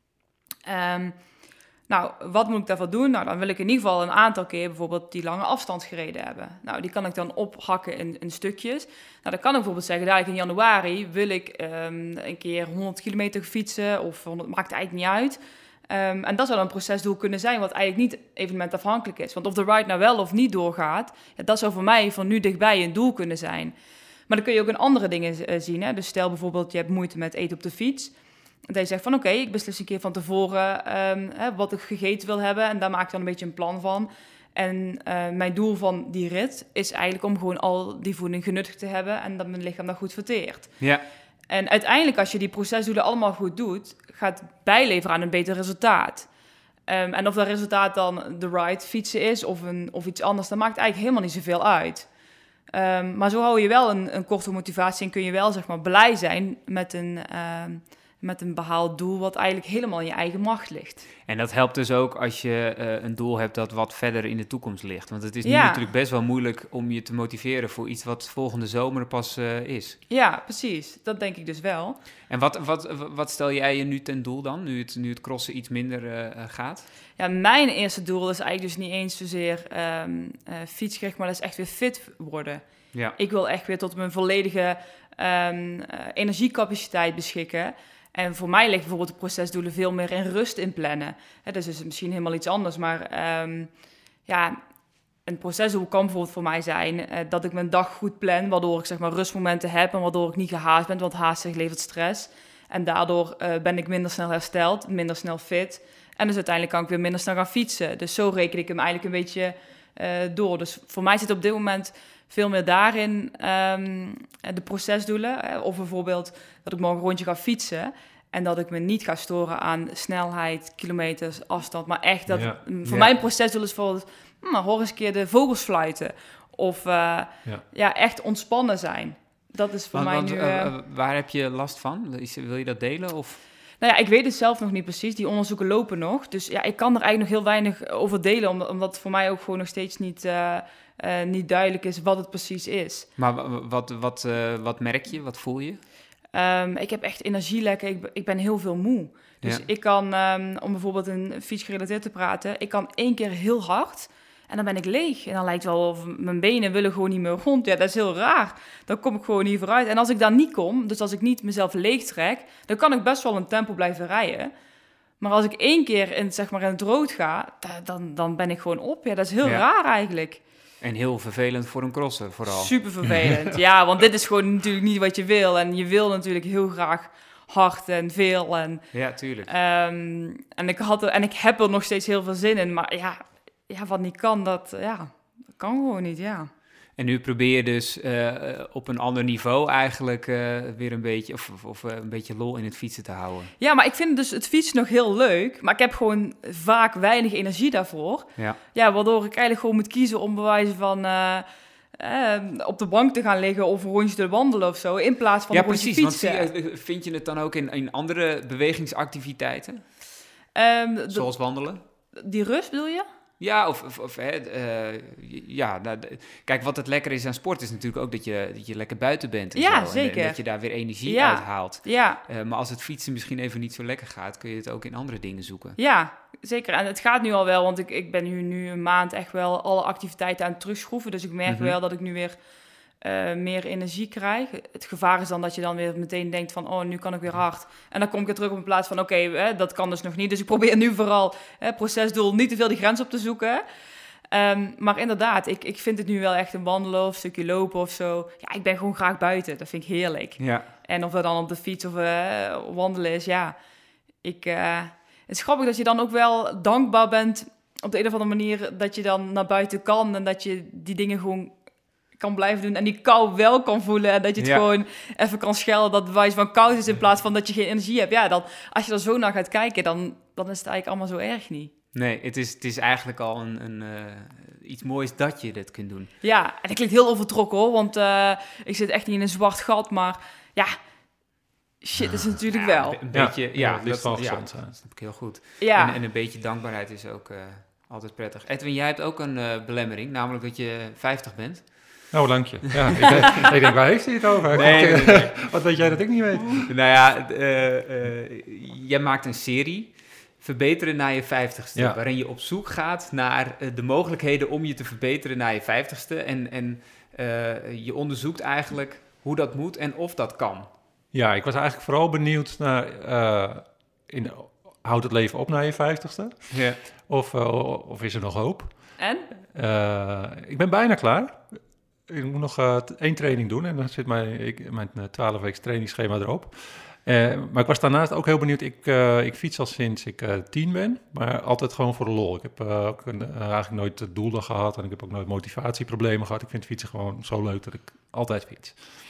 Um, Nou, wat moet ik daarvoor doen? Nou, dan wil ik in ieder geval een aantal keer bijvoorbeeld die lange afstand gereden hebben. Nou, die kan ik dan ophakken in, in stukjes. Nou, dan kan ik bijvoorbeeld zeggen, dadelijk in januari wil ik um, een keer honderd kilometer fietsen of honderd, maakt eigenlijk niet uit. Um, en dat zou dan een procesdoel kunnen zijn wat eigenlijk niet evenementafhankelijk is. Want of de ride nou wel of niet doorgaat, ja, dat zou voor mij van nu dichtbij een doel kunnen zijn. Maar dan kun je ook in andere dingen uh, zien. Hè? Dus stel bijvoorbeeld, je hebt moeite met eten op de fiets. Dat je zegt van oké, okay, ik beslis een keer van tevoren um, hè, wat ik gegeten wil hebben. En daar maak ik dan een beetje een plan van. En uh, mijn doel van die rit is eigenlijk om gewoon al die voeding genuttigd te hebben. En dat mijn lichaam dat goed verteert. Ja. En uiteindelijk als je die procesdoelen allemaal goed doet, gaat bijleveren aan een beter resultaat. Um, en of dat resultaat dan de ride fietsen is of, een, of iets anders, dat maakt eigenlijk helemaal niet zoveel uit. Um, maar zo hou je wel een, een korte motivatie en kun je wel zeg maar blij zijn met een... Um, met een behaald doel wat eigenlijk helemaal in je eigen macht ligt. En dat helpt dus ook als je uh, een doel hebt dat wat verder in de toekomst ligt. Want het is nu ja. natuurlijk best wel moeilijk om je te motiveren voor iets wat volgende zomer pas uh, is. Ja, precies. Dat denk ik dus wel. En wat, wat, wat stel jij je nu ten doel dan, nu het, nu het crossen iets minder uh, gaat? Ja, mijn eerste doel is eigenlijk dus niet eens zozeer um, uh, fietsgericht, maar dat is echt weer fit worden. Ja. Ik wil echt weer tot mijn volledige um, uh, energiecapaciteit beschikken. En voor mij ligt bijvoorbeeld de procesdoelen veel meer in rust inplannen. Hè, dus is het misschien helemaal iets anders. Maar um, ja, een procesdoel kan bijvoorbeeld voor mij zijn uh, dat ik mijn dag goed plan, waardoor ik zeg maar rustmomenten heb en waardoor ik niet gehaast ben, want haastig levert stress. En daardoor uh, ben ik minder snel hersteld, minder snel fit. En dus uiteindelijk kan ik weer minder snel gaan fietsen. Dus zo reken ik hem eigenlijk een beetje uh, door. Dus voor mij zit op dit moment veel meer daarin um, de procesdoelen. Of bijvoorbeeld dat ik morgen een rondje ga fietsen en dat ik me niet ga storen aan snelheid, kilometers, afstand. Maar echt dat ja. voor ja. mij een procesdoel is bijvoorbeeld, hm, hoor eens een keer de vogels fluiten. Of uh, ja. ja, echt ontspannen zijn. Dat is voor want, mij want, nu... Uh, uh, waar heb je last van? Wil je dat delen? Of? Nou ja, ik weet het zelf nog niet precies. Die onderzoeken lopen nog. Dus ja, ik kan er eigenlijk nog heel weinig over delen, omdat, omdat het voor mij ook gewoon nog steeds niet... Uh, Uh, niet duidelijk is wat het precies is. Maar wat, wat, uh, wat merk je? Wat voel je? Um, ik heb echt energielekken. Ik, ik ben heel veel moe. Dus ja. ik kan, um, om bijvoorbeeld een fiets gerelateerd te praten, ik kan één keer heel hard en dan ben ik leeg. En dan lijkt wel of mijn benen willen gewoon niet meer rond. Ja, dat is heel raar. Dan kom ik gewoon niet vooruit. En als ik daar niet kom, dus als ik niet mezelf leeg trek, dan kan ik best wel een tempo blijven rijden. Maar als ik één keer in, zeg maar in het rood ga, dan, dan ben ik gewoon op. Ja, dat is heel ja. raar eigenlijk. En heel vervelend voor een crosser vooral. Super vervelend, ja, want dit is gewoon natuurlijk niet wat je wil. En je wil natuurlijk heel graag hard en veel. En, ja, tuurlijk. Um, en, ik had er, en ik heb er nog steeds heel veel zin in. Maar ja, ja wat niet kan, dat, ja, dat kan gewoon niet, ja. En nu probeer je dus uh, op een ander niveau eigenlijk uh, weer een beetje, of, of, of uh, een beetje lol in het fietsen te houden. Ja, maar ik vind dus het fietsen nog heel leuk, maar ik heb gewoon vaak weinig energie daarvoor. Ja. Ja, waardoor ik eigenlijk gewoon moet kiezen om bewijzen van uh, uh, op de bank te gaan liggen of een rondje te wandelen of zo, in plaats van ja, een rondje precies, fietsen. Want zie, vind je het dan ook in, in andere bewegingsactiviteiten? Um, Zoals wandelen? Die rust bedoel je? Ja, of, of, of hè, uh, ja, nou, de, kijk, wat het lekker is aan sport is natuurlijk ook dat je, dat je lekker buiten bent. En Ja, zo, zeker. En, en dat je daar weer energie ja. uit haalt. Ja. Uh, maar als het fietsen misschien even niet zo lekker gaat, kun je het ook in andere dingen zoeken. Ja, zeker. En het gaat nu al wel, want ik, ik ben nu, nu een maand echt wel alle activiteiten aan het terugschroeven. Dus ik merk mm-hmm. wel dat ik nu weer uh, meer energie krijg. Het gevaar is dan dat je dan weer meteen denkt van, oh, nu kan ik weer hard. En dan kom ik weer terug op een plaats van, oké, okay, dat kan dus nog niet. Dus ik probeer nu vooral, hè, procesdoel, niet te veel die grens op te zoeken. Um, maar inderdaad, ik, ik vind het nu wel echt een wandelen of een stukje lopen of zo. Ja, ik ben gewoon graag buiten. Dat vind ik heerlijk. Ja. En of dat dan op de fiets of uh, wandelen is, ja. Ik, uh, het is grappig dat je dan ook wel dankbaar bent op de een of andere manier dat je dan naar buiten kan en dat je die dingen gewoon kan blijven doen en die kou wel kan voelen en dat je het ja. gewoon even kan schelden dat het bewijs van koud is in plaats van dat je geen energie hebt. Ja, dan, als je er zo naar gaat kijken, dan, dan is het eigenlijk allemaal zo erg niet. Nee, het is, het is eigenlijk al een, een, uh, iets moois dat je dit kunt doen. Ja, en dat klinkt heel overtrokken hoor, want uh, ik zit echt niet in een zwart gat, maar ja, shit is natuurlijk ja, wel. Een beetje, ja, ja, ja dat, dat, ja, gezond, dat snap ik heel goed. Ja. En, en een beetje dankbaarheid is ook uh, altijd prettig. Edwin, jij hebt ook een uh, belemmering, namelijk dat je vijftig bent. Oh, dank je. Ja, ik, denk, ik denk, waar heeft hij het over? Nee, nee, nee. Wat weet jij dat ik niet weet? Nou ja, uh, uh, jij maakt een serie, Verbeteren na je vijftigste, ja. waarin je op zoek gaat naar uh, de mogelijkheden om je te verbeteren na je vijftigste. En, en uh, je onderzoekt eigenlijk hoe dat moet en of dat kan. Ja, ik was eigenlijk vooral benieuwd naar, uh, in, houdt het leven op na je vijftigste? Ja. Of, uh, of is er nog hoop? En? Uh, ik ben bijna klaar. Ik moet nog uh, één training doen en dan zit mijn, ik, mijn twaalf weken trainingsschema erop. Uh, maar ik was daarnaast ook heel benieuwd. Ik, uh, ik fiets al sinds ik uh, tien ben, maar altijd gewoon voor de lol. Ik heb uh, ook een, uh, eigenlijk nooit doelen gehad en ik heb ook nooit motivatieproblemen gehad. Ik vind fietsen gewoon zo leuk dat ik altijd fiets.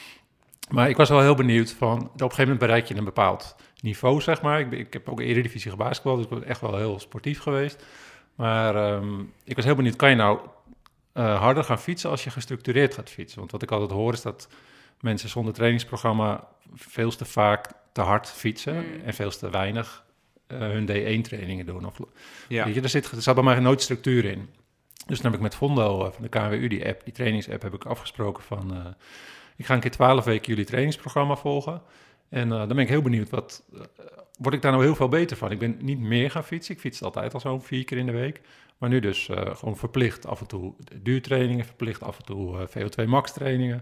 Maar ik was wel heel benieuwd van, op een gegeven moment bereik je een bepaald niveau, zeg maar. Ik, ik heb ook eredivisie gebasketbald, dus ik ben echt wel heel sportief geweest. Maar um, ik was heel benieuwd, kan je nou uh, harder gaan fietsen als je gestructureerd gaat fietsen? Want wat ik altijd hoor is dat mensen zonder trainingsprogramma veel te vaak te hard fietsen mm. en veel te weinig uh, hun D één trainingen doen. Of, ja. Weet je, er, zit, er zat bij mij nooit structuur in. Dus dan heb ik met Fondo uh, van de K N W U, die app, die trainingsapp, heb ik afgesproken van, uh, ik ga een keer twaalf weken jullie trainingsprogramma volgen. En uh, dan ben ik heel benieuwd, wat uh, word ik daar nou heel veel beter van? Ik ben niet meer gaan fietsen, ik fiets altijd al zo'n vier keer in de week. Maar nu dus uh, gewoon verplicht af en toe duurtrainingen, verplicht af en toe uh, V O twee max trainingen.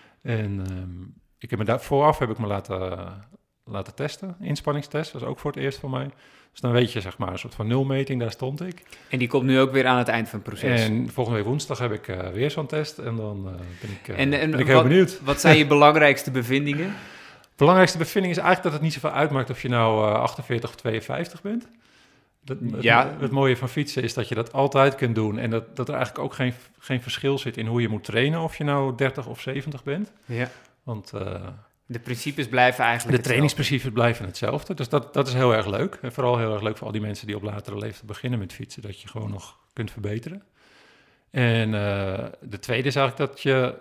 En um, ik heb me daar vooraf heb ik me laten, uh, laten testen, inspanningstest, dat is ook voor het eerst voor mij. Dus dan weet je, zeg maar, een soort van nulmeting, daar stond ik. En die komt nu ook weer aan het eind van het proces. En volgende week woensdag heb ik uh, weer zo'n test en dan uh, ben ik, uh, en, en, ben ik heel wat, benieuwd. Wat zijn je belangrijkste bevindingen? De belangrijkste bevinding is eigenlijk dat het niet zoveel uitmaakt of je nou uh, achtenveertig of tweeënvijftig bent. Dat, ja. het, het mooie van fietsen is dat je dat altijd kunt doen. En dat, dat er eigenlijk ook geen, geen verschil zit in hoe je moet trainen of je nou dertig of zeventig bent. Ja. Want uh, de principes blijven eigenlijk De trainingsprincipes blijven hetzelfde. Dus dat, dat is heel erg leuk. En vooral heel erg leuk voor al die mensen die op latere leeftijd beginnen met fietsen. Dat je gewoon nog kunt verbeteren. En uh, de tweede is eigenlijk dat je...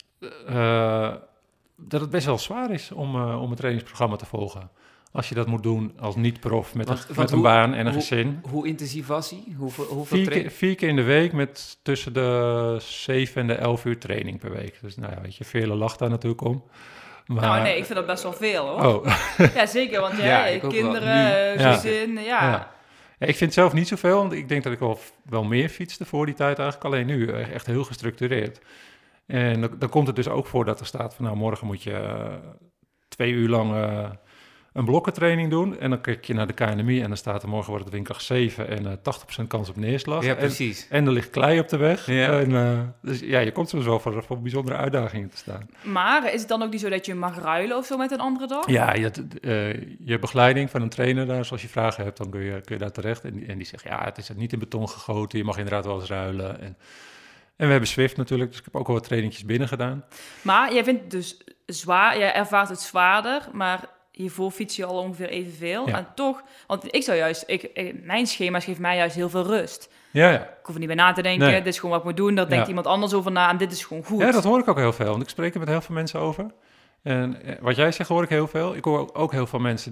Uh, dat het best wel zwaar is om, uh, om een trainingsprogramma te volgen. Als je dat moet doen als niet-prof met, want, een, want met hoe, een baan en een hoe, gezin. Hoe intensief was hij? Hoeveel, hoeveel vier, keer, vier keer in de week met tussen de zeven en de elf uur training per week. Dus nou ja, weet je, vele lacht daar natuurlijk om. Maar... Nou nee, ik vind dat best wel veel hoor. Oh. Ja, zeker, want ja, ja kinderen, gezin, ja. Ja. ja. Ja, ik vind zelf niet zoveel, want ik denk dat ik wel, wel meer fietste voor die tijd eigenlijk. Alleen nu echt heel gestructureerd. En dan, dan komt het dus ook voor dat er staat van nou, morgen moet je uh, twee uur lang uh, een blokkentraining doen. En dan kijk je naar de K N M I en dan staat er morgen wordt het windkracht zeven en uh, tachtig procent kans op neerslag. Ja, precies. En, en er ligt klei op de weg. Ja. En, uh, dus ja, je komt soms wel voor, voor bijzondere uitdagingen te staan. Maar is het dan ook niet zo dat je mag ruilen of zo met een andere dag? Ja, je, uh, je begeleiding van een trainer daar, zoals je vragen hebt, dan kun je, kun je daar terecht. En, en die zegt, ja, het is niet in beton gegoten, je mag inderdaad wel eens ruilen. En, En we hebben Zwift natuurlijk, dus ik heb ook al wat trainingjes binnen gedaan. Maar jij vindt het dus zwaar, jij ervaart het zwaarder, maar hiervoor fiets je al ongeveer evenveel. Ja. En toch, want ik zou juist, ik, ik, mijn schema's geven mij juist heel veel rust. Ja, ja. Ik hoef er niet bij na te denken, nee. Dit is gewoon wat ik moet doen, daar denkt ja. iemand anders over na en dit is gewoon goed. Ja, dat hoor ik ook heel veel, want ik spreek er met heel veel mensen over. En wat jij zegt hoor ik heel veel. Ik hoor ook heel veel mensen die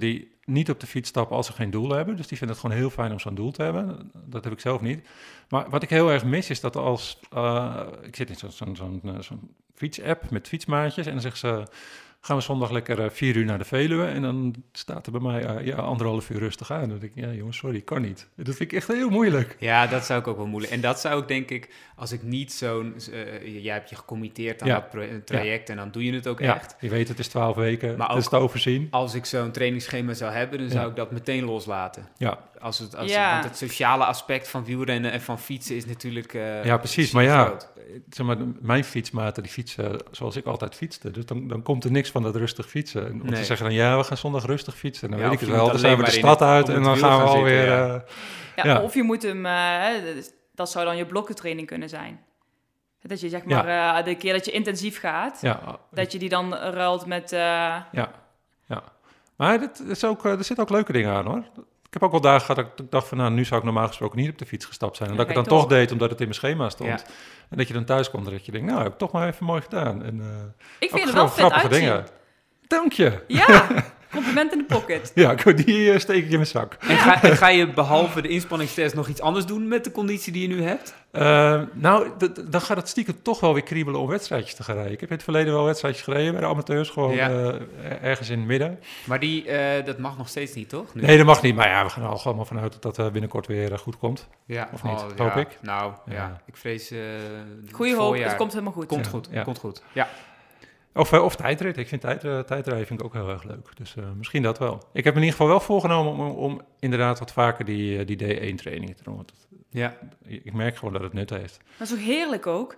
niet op de fiets stappen als ze geen doel hebben. Dus die vinden het gewoon heel fijn om zo'n doel te hebben. Dat heb ik zelf niet. Maar wat ik heel erg mis is dat als... Uh, ik zit in zo'n zo'n zo'n uh, zo'n fietsapp met fietsmaatjes en dan zeggen ze... gaan we zondag lekker uh, vier uur naar de Veluwe. En dan staat er bij mij uh, ja, anderhalf uur rustig aan. Dan denk ik, ja jongens, sorry, kan niet. Dat vind ik echt heel moeilijk. Ja, dat zou ik ook wel moeilijk. En dat zou ik denk ik, als ik niet zo'n... Uh, jij hebt je gecommitteerd aan ja. dat pro- traject ja. en dan doe je het ook ja. echt. Je weet, het is twaalf weken, maar dat is te overzien. Als ik zo'n trainingsschema zou hebben, dan ja. zou ik dat meteen loslaten. Ja. Als het, als ja. Want het sociale aspect van wielrennen en van fietsen is natuurlijk uh, ja, precies. Maar ja, groot. Zeg maar, mijn fietsmaten die fietsen zoals ik altijd fietste. Dus dan, dan komt er niks van dat rustig fietsen. En om nee. te zeggen, dan, ja, we gaan zondag rustig fietsen. Dan ja, weet ik het wel. Dan zijn we de stad het, uit en dan gaan we alweer... Ja. Uh, ja, ja, of je moet hem... Uh, dat zou dan je blokkentraining kunnen zijn. Dat je zeg maar ja. uh, de keer dat je intensief gaat, ja. dat je die dan ruilt met... Uh... Ja, ja. Maar dit is ook, er zitten ook leuke dingen aan, hoor. Ik heb ook wel dagen gehad dat ik dacht van, nou, nu zou ik normaal gesproken niet op de fiets gestapt zijn. En dat ik het dan toch deed, omdat het in mijn schema stond. Ja. En dat je dan thuis komt en dat je denkt, nou, heb ik toch maar even mooi gedaan. En, uh, ik vind het wel vet uitzien. Dingen. Dank je. Ja, compliment in de pocket. Ja, die uh, steek ik in mijn zak. En ga, en ga je behalve de inspanningstest nog iets anders doen met de conditie die je nu hebt? Uh, nou, d- d- dan gaat het stiekem toch wel weer kriebelen om wedstrijdjes te gaan rijden. Ik heb in het verleden wel wedstrijdjes gereden bij de amateurs, gewoon ja. uh, ergens in het midden. Maar die, uh, dat mag nog steeds niet, toch? Nu? Nee, dat mag niet. Maar ja, we gaan er al allemaal vanuit dat dat uh, binnenkort weer uh, goed komt. Ja. Of niet, oh, hoop ja. ik. Nou, ja, ja. ik vrees... Uh, Goeie hoop, het komt helemaal goed. Komt ja. goed, ja. komt goed. Ja. Of, uh, of tijdrit. Ik vind tijd, uh, tijdrijden vind ik ook heel erg leuk. Dus uh, misschien dat wel. Ik heb in ieder geval wel voorgenomen om, om inderdaad wat vaker die, uh, die D één trainingen te doen. Want dat, ja. Ik merk gewoon dat het nut heeft. Dat is ook heerlijk ook?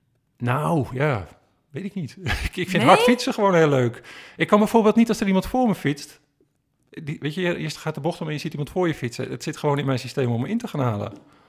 Nou, ja, weet ik niet. ik vind nee? hard fietsen gewoon heel leuk. Ik kan bijvoorbeeld niet als er iemand voor me fietst. Die, weet je, je gaat de bocht om en je ziet iemand voor je fietsen. Het zit gewoon in mijn systeem om me in te gaan halen.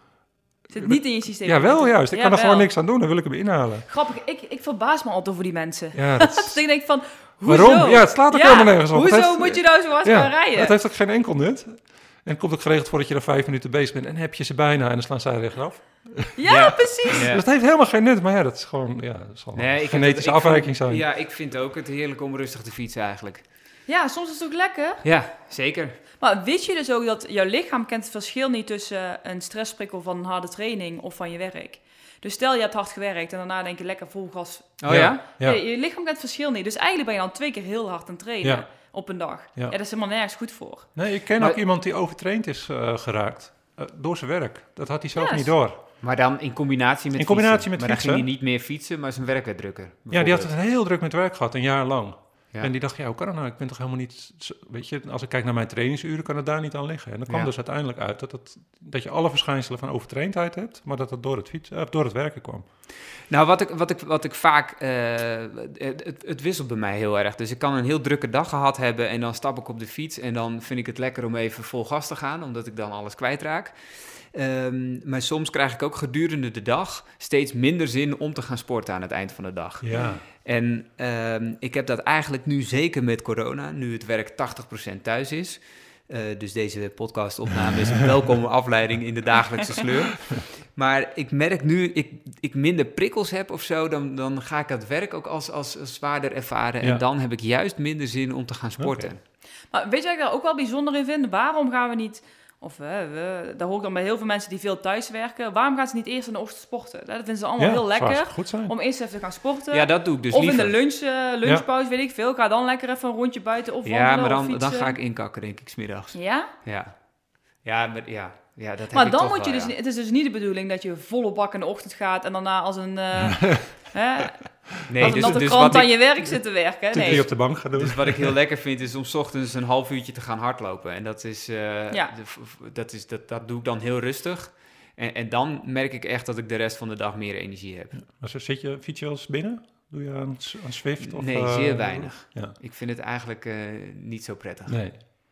Het zit niet in je systeem? Ja, wel juist. Ik ja, kan er wel. gewoon niks aan doen. Dan wil ik hem inhalen. Grappig. Ik, ik verbaas me altijd over die mensen. Ja, dat dus ik denk van, hoezo? Waarom? Ja, het slaat ook ja, helemaal nergens op. Hoezo heeft, moet je nou zo hard ja, gaan rijden? Het heeft ook geen enkel nut. En het komt ook geregeld voor dat je er vijf minuten bezig bent. En heb je ze bijna en dan slaan zij rechtsaf. Ja, ja, precies. Ja. Dus het heeft helemaal geen nut. Maar ja, dat is gewoon ja, dat zal nee, een genetische het, afwijking vind, zijn. Ja, ik vind ook het heerlijk om rustig te fietsen eigenlijk. Ja, soms is het ook lekker. Ja, zeker. Maar weet je dus ook dat jouw lichaam kent het verschil niet tussen een stressprikkel van een harde training of van je werk? Dus stel je hebt hard gewerkt en daarna denk je lekker vol gas. Oh ja? ja? ja. Je, je lichaam kent het verschil niet. Dus eigenlijk ben je dan twee keer heel hard aan het trainen ja. op een dag. Ja. ja, dat is helemaal nergens goed voor. Nee, ik ken maar, ook iemand die overtraind is uh, geraakt uh, door zijn werk. Dat had hij zelf yes. niet door. Maar dan in combinatie met in combinatie fietsen. Met maar dan fietsen. ging hij niet meer fietsen, maar zijn werk werd drukker. Ja, die had het heel druk met werk gehad, een jaar lang. Ja. En die dacht, ja, hoe kan dat nou? Ik ben toch helemaal niet... Weet je, als ik kijk naar mijn trainingsuren, kan het daar niet aan liggen. En dan kwam ja. dus uiteindelijk uit dat, het, dat je alle verschijnselen van overtraindheid hebt, maar dat het door het, fietsen, uh, door het werken kwam. Nou, wat ik, wat ik, wat ik vaak... Uh, het, het wisselt bij mij heel erg. Dus ik kan een heel drukke dag gehad hebben en dan stap ik op de fiets en dan vind ik het lekker om even vol gas te gaan, omdat ik dan alles kwijtraak. Um, maar soms krijg ik ook gedurende de dag steeds minder zin om te gaan sporten aan het eind van de dag. Ja. En um, ik heb dat eigenlijk nu zeker met corona, nu het werk tachtig procent thuis is. Uh, dus deze podcastopname is een welkome afleiding in de dagelijkse sleur. Maar ik merk nu, ik, ik minder prikkels heb of zo, dan, dan ga ik het werk ook als, als, als zwaarder ervaren. Ja. En dan heb ik juist minder zin om te gaan sporten. Okay. Maar weet je wat ik daar ook wel bijzonder in vind? Waarom gaan we niet... Of uh, we, daar hoor ik dan bij heel veel mensen die veel thuis werken. Waarom gaan ze niet eerst in de ochtend sporten? Dat vinden ze allemaal ja, heel lekker. Goed zijn. Om eerst even te gaan sporten. Ja, dat doe ik dus Of liever. in de lunch, uh, lunchpauze, ja. weet ik veel. Ik ga dan lekker even een rondje buiten of ja, maar dan, dan, dan ga ik inkakken, denk ik, 's middags. Ja? Ja. Ja, maar ja. Ja, dat heb maar ik dan toch moet wel, je dus, ja. het is dus niet de bedoeling dat je volle bak in de ochtend gaat en daarna als een, uh, hè, nee, als een dus, natte dus krant wat aan ik, je werk zit te werken. Nee. Die op de bank gaan doen. Dus wat ik heel lekker vind is om 's ochtends een half uurtje te gaan hardlopen. En dat is, uh, ja. de, dat, is dat, dat doe ik dan heel rustig. En, en dan merk ik echt dat ik de rest van de dag meer energie heb. Ja. Maar zit je, fiets je wel eens binnen? Doe je aan, aan Zwift? Of, nee, uh, zeer weinig. Ja. Ik vind het eigenlijk uh, niet zo prettig. Nee.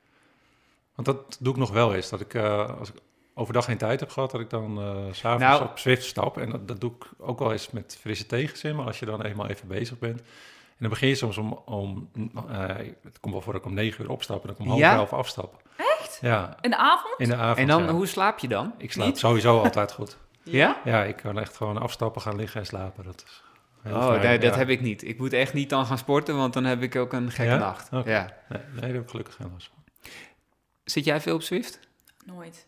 Want dat doe ik nog wel eens. Dat ik, uh, als ik overdag geen tijd heb gehad, dat ik dan uh, 's avonds nou, op Zwift stap. En dat, dat doe ik ook wel eens met frisse tegenzin. Maar als je dan eenmaal even bezig bent. En dan begin je soms om, om uh, het komt wel voor dat ik om negen uur opstap en dan om half ja? elf afstap. Echt? Ja. In de avond? In de avond, En dan, ja. hoe slaap je dan? Ik slaap niet? sowieso altijd goed. Ja? Ja, ik kan echt gewoon afstappen, gaan liggen en slapen. Dat is heel oh, fijn, nee, dat ja. heb ik niet. Ik moet echt niet dan gaan sporten, want dan heb ik ook een gekke ja? nacht. Okay. Ja. Nee, nee, daar heb ik gelukkig geen last van. Zit jij veel op Zwift? Nooit.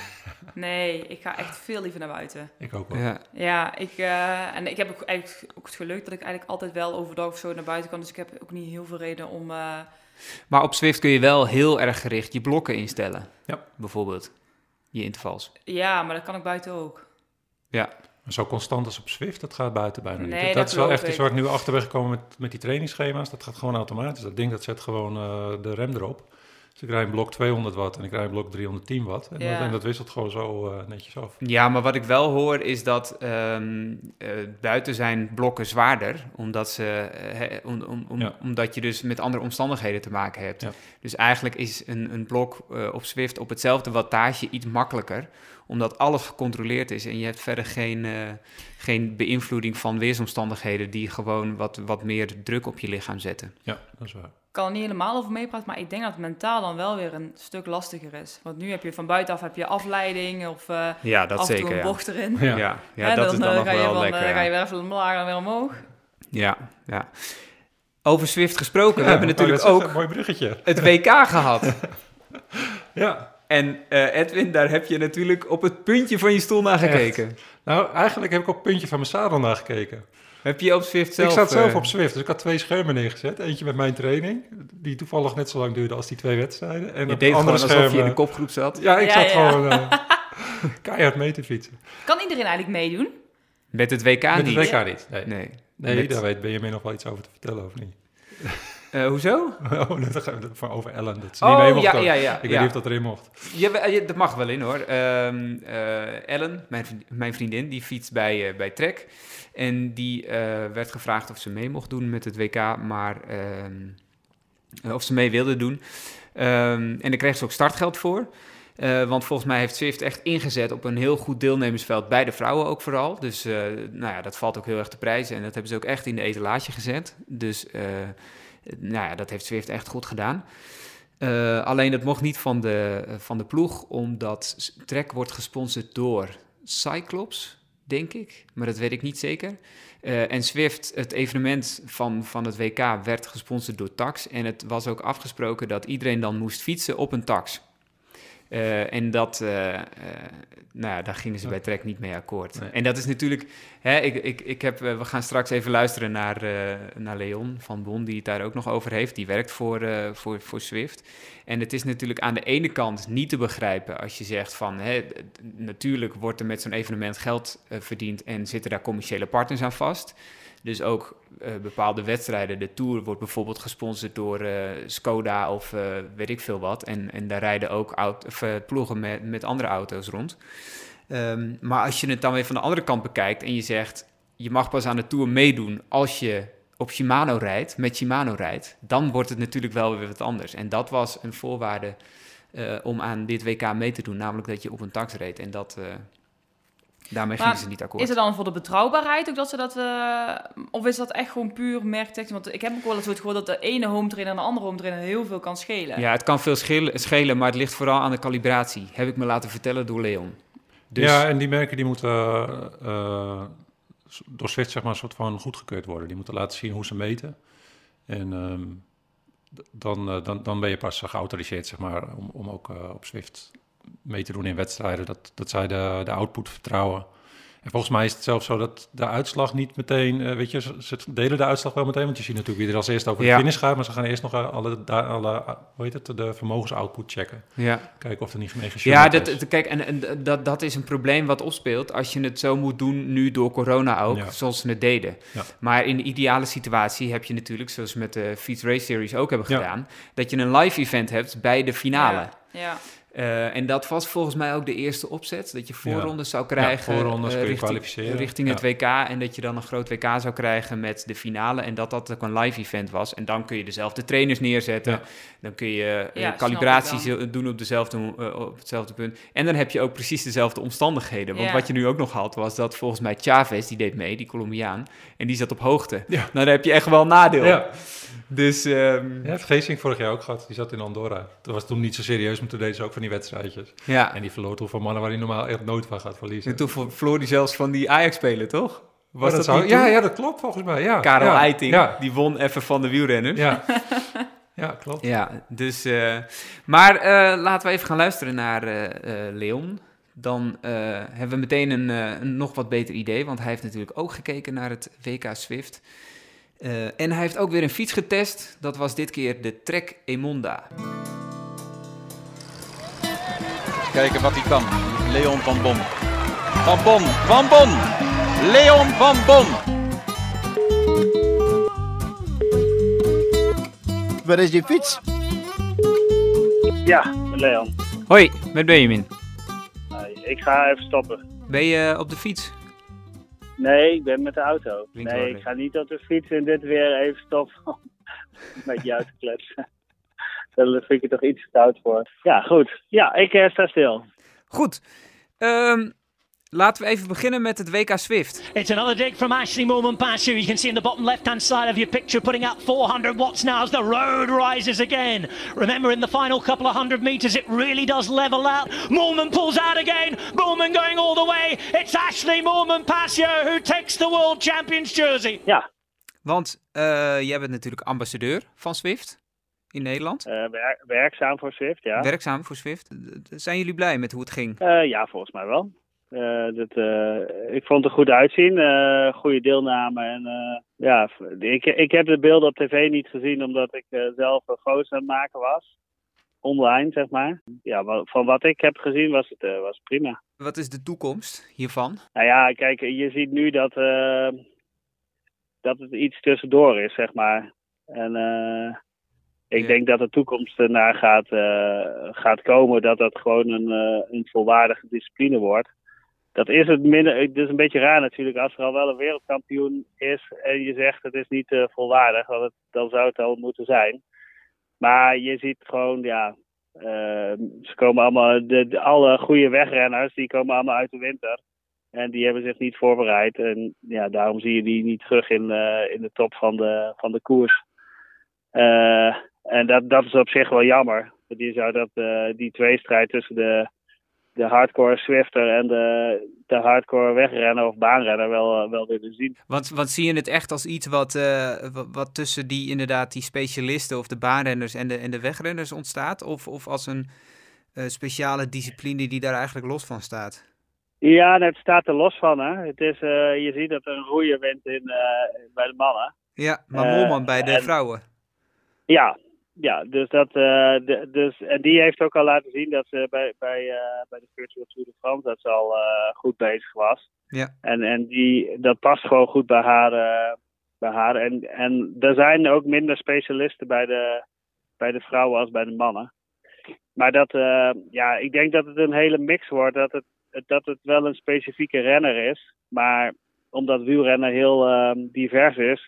Nee, ik ga echt veel liever naar buiten. Ik ook wel. Ja. Ja, ik, uh, en ik heb ook eigenlijk ook het geluk dat ik eigenlijk altijd wel overdag of zo naar buiten kan. Dus ik heb ook niet heel veel reden om... Uh... Maar op Zwift kun je wel heel erg gericht je blokken instellen. Ja. Bijvoorbeeld. Je intervals. Ja, maar dat kan ik buiten ook. Ja. Maar zo constant als op Zwift, dat gaat buiten bijna niet. Nee, dat, dat is wel geloof echt iets ik. waar ik nu achter ben gekomen met, met die trainingsschema's. Dat gaat gewoon automatisch. Dat ding dat zet gewoon uh, de rem erop. Dus ik rij een blok tweehonderd watt en ik rij een blok driehonderdtien watt. En, Ja. dat, en dat wisselt gewoon zo uh, netjes af. Ja, maar wat ik wel hoor is dat um, uh, buiten zijn blokken zwaarder, omdat, ze, uh, he, om, om, om, Ja. omdat je dus met andere omstandigheden te maken hebt. Ja. Dus eigenlijk is een, een blok uh, op Zwift op hetzelfde wattage iets makkelijker, omdat alles gecontroleerd is en je hebt verder geen, uh, geen beïnvloeding van weersomstandigheden die gewoon wat, wat meer druk op je lichaam zetten. Ja, dat is waar. Ik kan er niet helemaal over meepraten, maar ik denk dat het mentaal dan wel weer een stuk lastiger is. Want nu heb je van buitenaf heb je afleiding of uh, Ja, dat af en toe zeker, een ja. bocht erin. Ja. Ja, ja, Hè, dat is dan uh, nog ga je wel van, lekker. uh, ja. ga je weer even omlaag en weer omhoog. Ja, ja. Over Zwift gesproken, we hebben Ja, natuurlijk oh, dat is ook een mooi bruggetje. het W K gehad. Ja. En uh, Edwin, daar heb je natuurlijk op het puntje van je stoel naar gekeken. Nou, eigenlijk heb ik op het puntje van mijn zadel naar gekeken. Heb je op Zwift zelf... ik zat zelf uh, op Zwift, dus ik had twee schermen neergezet. Eentje met mijn training, die toevallig net zo lang duurde als die twee wedstrijden. En Je op deed het andere gewoon alsof scherm, je in de uh, kopgroep zat. Ja, ik Ja, zat ja. gewoon uh, keihard mee te fietsen. Kan iedereen eigenlijk meedoen? Met het W K Met niet. het W K niet. Nee, nee. Nee. Met- daar weet Benjamin nog wel iets over te vertellen, of niet? Uh, hoezo? Oh, dat gaan we van over Ellen, dat ze niet mee Oh, mocht. ja, dan. ja, ja. Ik weet ja. niet of dat erin mocht. Ja, ja, dat mag wel in hoor. Um, uh, Ellen, mijn, vriend- mijn vriendin, die fietst bij, uh, bij Trek. En die uh, werd gevraagd of ze mee mocht doen met het W K, maar um, of ze mee wilde doen. Um, en daar kreeg ze ook startgeld voor. Uh, want volgens mij heeft Zwift echt ingezet op een heel goed deelnemersveld, bij de vrouwen ook vooral. Dus uh, nou ja, dat valt ook heel erg te prijzen en dat hebben ze ook echt in de etalage gezet. Dus uh, nou ja, dat heeft Zwift echt goed gedaan. Uh, alleen dat mocht niet van de, uh, van de ploeg, omdat Trek wordt gesponsord door Cyclops, denk ik. Maar dat weet ik niet zeker. Uh, en Zwift, het evenement van, van het W K, werd gesponsord door Tax. En het was ook afgesproken dat iedereen dan moest fietsen op een Tax. Uh, en dat, uh, uh, nou ja, daar gingen ze bij Trek niet mee akkoord. Nee. En dat is natuurlijk, hè, ik, ik, ik heb, uh, we gaan straks even luisteren naar, uh, naar Leon van Bon, die het daar ook nog over heeft. Die werkt voor, uh, voor, voor Zwift. En het is natuurlijk aan de ene kant niet te begrijpen als je zegt van, hè, natuurlijk wordt er met zo'n evenement geld uh, verdiend en zitten daar commerciële partners aan vast. Dus ook uh, bepaalde wedstrijden, de Tour wordt bijvoorbeeld gesponsord door uh, Skoda of uh, weet ik veel wat. En, en daar rijden ook auto, of, uh, ploegen met, met andere auto's rond. Um, maar als je het dan weer van de andere kant bekijkt en je zegt, je mag pas aan de Tour meedoen als je op Shimano rijdt, met Shimano rijdt, dan wordt het natuurlijk wel weer wat anders. En dat was een voorwaarde uh, om aan dit W K mee te doen, namelijk dat je op een tax reed. En dat... Uh, Daarmee Maar gingen ze niet akkoord. Is het dan voor de betrouwbaarheid ook dat ze dat... Uh, of is dat echt gewoon puur merktechnisch? Want ik heb ook wel eens ooit gehoord dat de ene home trainer en de andere home trainer heel veel kan schelen. Ja, het kan veel schelen, schelen, maar het ligt vooral aan de kalibratie. Heb ik me laten vertellen door Leon. Dus... Ja, en die merken die moeten uh, uh, door Zwift zeg maar een soort van goedgekeurd worden. Die moeten laten zien hoe ze meten. En um, dan, uh, dan, dan ben je pas geautoriseerd zeg maar, om, om ook uh, op Zwift mee te doen in wedstrijden, dat, dat zij de, de output vertrouwen. En volgens mij is het zelfs zo dat de uitslag niet meteen, uh, weet je, ze, ze delen de uitslag wel meteen, want je ziet natuurlijk wie er als eerste over de ja. finish gaat, maar ze gaan eerst nog alle, alle hoe heet het, de vermogensoutput checken. Ja. Kijken of er niet mee gesjoemeld Ja, dat, is. dat, kijk, en, en dat, dat is een probleem wat opspeelt als je het zo moet doen, nu door corona ook, Ja. zoals ze het deden. Ja. Maar in de ideale situatie heb je natuurlijk, zoals we met de Fiets Race Series ook hebben Ja. gedaan, dat je een live event hebt bij de finale. Ja, ja. Uh, en dat was volgens mij ook de eerste opzet, dat je voorrondes zou krijgen Ja, voorrondes uh, kun je richting, kwalificeren. richting het Ja. W K en dat je dan een groot W K zou krijgen met de finale en dat dat ook een live event was. En dan kun je dezelfde trainers neerzetten, Ja. dan kun je uh, Ja, calibraties snap ik doen op, dezelfde, uh, op hetzelfde punt. En dan heb je ook precies dezelfde omstandigheden. Want Ja. wat je nu ook nog had, was dat volgens mij Chavez, die deed mee, die Colombiaan, en die zat op hoogte. Ja. Nou, dan heb je echt wel een nadeel. Ja. Dus... Um, Ja, heeft Geesink vorig jaar ook gehad. Die zat in Andorra. Dat was toen niet zo serieus, maar toen deden ze ook van die wedstrijdjes. ja. En die verloor toen van mannen waar hij normaal echt nooit van gaat verliezen. En toen verloor hij zelfs van die Ajax-speler, toch? Was Oh, dat, zou... niet Ja, toen? ja, dat klopt volgens mij. Ja. Karel ja. Eiting, Ja. die won even van de wielrenners. Ja. Ja, klopt. Ja, dus... Uh, maar uh, laten we even gaan luisteren naar uh, uh, Leon. Dan uh, hebben we meteen een, uh, een nog wat beter idee, want hij heeft natuurlijk ook gekeken naar het W K Zwift. Uh, en hij heeft ook weer een fiets getest. Dat was dit keer de Trek Emonda. Kijken wat hij kan. Leon van Bon. Van Bon, Van Bon! Leon van Bon! Waar is je fiets? Ja, met Leon. Hoi, met Benjamin. Uh, ik ga even stoppen. Ben je op de fiets? Nee, ik ben met de auto. Klinkt nee, ik ga niet op de fiets en dit weer even stoppen om met je uit te kletsen. Daar vind ik er toch iets te oud voor. Ja, goed. Ja, ik uh, sta stil. Goed. Um, laten we even beginnen met het W K Zwift. It's another dig from Ashley Moolman-Pasio. You can see in the bottom left-hand side of your picture putting out four hundred watts now as the road rises again. Remember, in the final couple of hundred meters, it really does level out. Moolman pulls out again. Moolman going all the way. It's Ashley Moolman-Pasio who takes the World Champions jersey. Ja. Want uh, jij bent natuurlijk ambassadeur van Zwift in Nederland. Uh, wer- werkzaam voor Zwift, ja. Werkzaam voor Zwift. Zijn jullie blij met hoe het ging? Uh, ja, volgens mij wel. Uh, dat, uh, ik vond het er goed uitzien, uh, goede deelname. En, uh, ja, ik, ik heb de beelden op tv niet gezien omdat ik uh, zelf een foto's aan het maken was. Online, zeg maar. Ja, van wat ik heb gezien was het uh, was prima. Wat is de toekomst hiervan? Nou ja, kijk, je ziet nu dat, uh, dat het iets tussendoor is, zeg maar. En uh, ik ja. denk dat de toekomst ernaar gaat, uh, gaat komen dat dat gewoon een, uh, een volwaardige discipline wordt. Dat is het minder. Het is een beetje raar natuurlijk als er al wel een wereldkampioen is en je zegt het is niet uh, volwaardig, want het, dan zou het al moeten zijn. Maar je ziet gewoon, ja, uh, ze komen allemaal, de, de, alle goede wegrenners, die komen allemaal uit de winter. En die hebben zich niet voorbereid. En ja, daarom zie je die niet terug in, uh, in de top van de, van de koers. Uh, en dat, dat is op zich wel jammer. Je zou dat, uh, die tweestrijd tussen de de hardcore Zwifter en de, de hardcore wegrenner of baanrenner wel, uh, wel willen zien. Want, want zie je het echt als iets wat, uh, wat, wat tussen die inderdaad die specialisten of de baanrenners en de, en de wegrenners ontstaat? Of, of als een uh, speciale discipline die daar eigenlijk los van staat? Ja, het staat er los van. Hè. Het is, uh, je ziet dat er een roeier wint in, uh, bij de mannen. Ja, maar Moolman uh, bij de en, vrouwen. Ja. Ja, dus dat, uh, de, dus, en die heeft ook al laten zien dat ze bij, bij, uh, bij de Virtual Tour de France dat ze al uh, goed bezig was. Ja. En, en die, dat past gewoon goed bij haar. Uh, bij haar. En, en er zijn ook minder specialisten bij de, bij de vrouwen als bij de mannen. Maar dat, uh, ja, ik denk dat het een hele mix wordt. Dat het, dat het wel een specifieke renner is. Maar omdat wielrennen heel uh, divers is,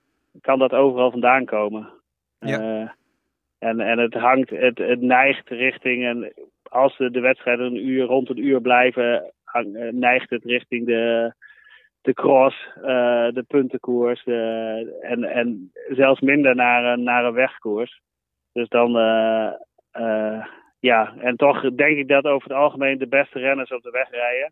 kan dat overal vandaan komen. Ja. Uh, En, en het hangt, het, het neigt richting, en als de, de wedstrijden een uur, rond een uur blijven, hang, neigt het richting de, de cross, uh, de puntenkoers de, en, en zelfs minder naar, een, naar een wegkoers. Dus dan, uh, uh, ja, en toch denk ik dat over het algemeen de beste renners op de weg rijden.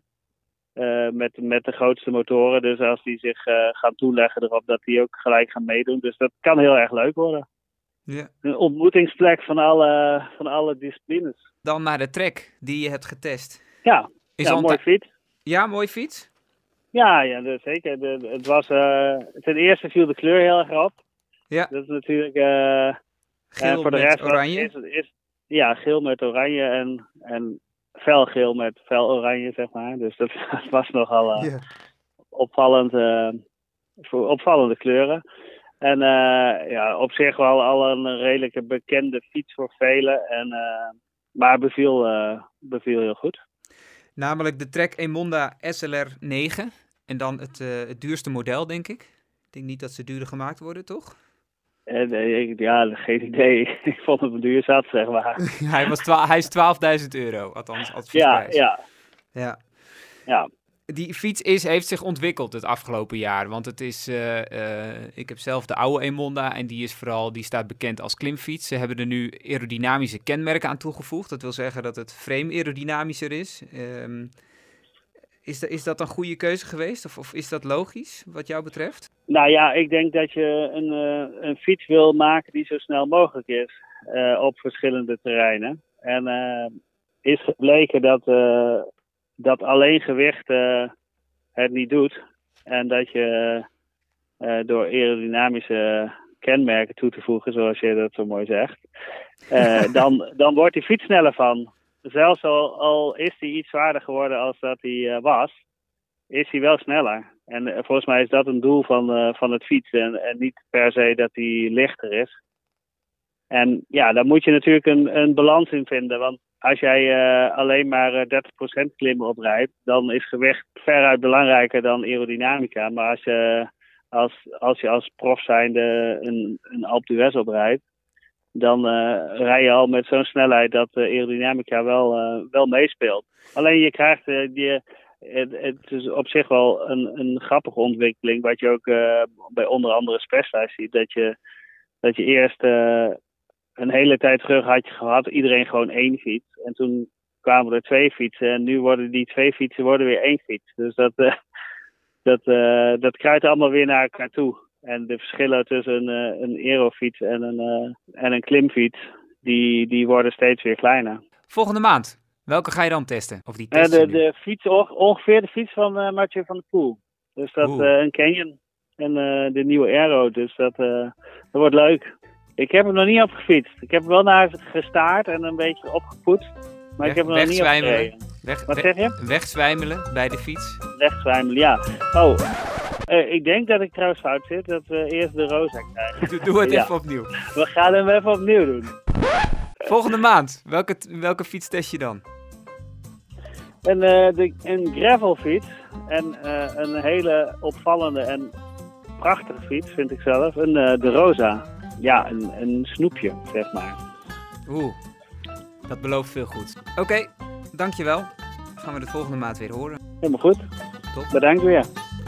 Uh, met, met de grootste motoren. Dus als die zich uh, gaan toeleggen erop, dat die ook gelijk gaan meedoen. Dus dat kan heel erg leuk worden. Ja. Een ontmoetingsplek van alle, van alle disciplines. Dan naar de Trek die je hebt getest. Ja, is ja een mooi fiets. Ja, mooi fiets? Ja, ja de, zeker. De, het was, uh, ten eerste viel de kleur heel erg op. Ja. Dat is natuurlijk... Uh, geel uh, voor de met rest oranje? Is, is, ja, geel met oranje en, en felgeel met fel oranje, zeg maar. Dus dat was nogal uh, yeah. opvallend, uh, voor opvallende kleuren. En uh, ja, op zich wel al een redelijke bekende fiets voor velen. En, uh, maar beviel, uh, beviel heel goed. Namelijk de Trek Emonda S L R negen. En dan het, uh, het duurste model, denk ik. Ik denk niet dat ze duurder gemaakt worden, toch? Uh, nee, ja, geen idee. Ik vond het een duur zat, zeg maar. hij, was twa- hij is twaalfduizend euro, althans adviesprijs. Ja, ja. Ja. Ja. Die fiets is, heeft zich ontwikkeld het afgelopen jaar. Want het is, uh, uh, ik heb zelf de oude Emonda en die is vooral, die staat bekend als klimfiets. Ze hebben er nu aerodynamische kenmerken aan toegevoegd. Dat wil zeggen dat het frame aerodynamischer is. Um, is, de, is dat een goede keuze geweest? Of, of is dat logisch wat jou betreft? Nou ja, ik denk dat je een, uh, een fiets wil maken die zo snel mogelijk is uh, op verschillende terreinen. En uh, is gebleken dat, uh, dat alleen gewicht uh, het niet doet. En dat je uh, door aerodynamische kenmerken toe te voegen, zoals je dat zo mooi zegt, uh, dan, dan wordt die fiets sneller van. Zelfs al, al is die iets zwaarder geworden als dat hij uh, was, is hij wel sneller. En uh, volgens mij is dat een doel van, uh, van het fietsen. En, en niet per se dat hij lichter is. En ja, daar moet je natuurlijk een, een balans in vinden. Want als jij uh, alleen maar uh, dertig procent klimmen oprijdt, dan is gewicht veruit belangrijker dan aerodynamica. Maar als je als, als, je als prof zijnde een, een Alpe d'Huez oprijdt, dan uh, rij je al met zo'n snelheid dat uh, aerodynamica wel, uh, wel meespeelt. Alleen je krijgt uh, die... Het, het is op zich wel een, een grappige ontwikkeling, wat je ook uh, bij onder andere Specialized ziet. Dat je, dat je eerst uh, een hele tijd terug had je gehad, iedereen gewoon één fiets. En toen kwamen er twee fietsen en nu worden die twee fietsen worden weer één fiets. Dus dat, uh, dat, uh, dat kruidt allemaal weer naar elkaar toe. En de verschillen tussen een, uh, een aerofiets en een, uh, en een klimfiets, die, die worden steeds weer kleiner. Volgende maand. Welke ga je dan testen? Of die Uh, testen de, de fiets, ongeveer de fiets van uh, Mathieu van der Poel. Dus dat uh, een Canyon en uh, de nieuwe Aero. Dus dat, uh, dat wordt leuk. Ik heb hem nog niet opgefietst. Ik heb hem wel naar gestaard en een beetje opgepoetst. Maar Weg, ik heb hem nog niet opgereden. Weg, Wat weg, zeg je? Wegzwijmelen bij de fiets. Wegzwijmelen, ja. Oh, uh, ik denk dat ik trouwens fout zit. Dat we eerst de Rosa krijgen. Doe, doe het ja. even opnieuw. We gaan hem even opnieuw doen. Volgende maand. Welke, welke fiets test je dan? Een, uh, de, een gravelfiets en uh, een hele opvallende en prachtige fiets vind ik zelf. Een, uh, de Rosa. Ja, een, een snoepje, zeg maar. Oeh, dat belooft veel goed. Oké, okay, dankjewel. Gaan we de volgende maand weer horen. Helemaal goed. Top. Bedankt weer.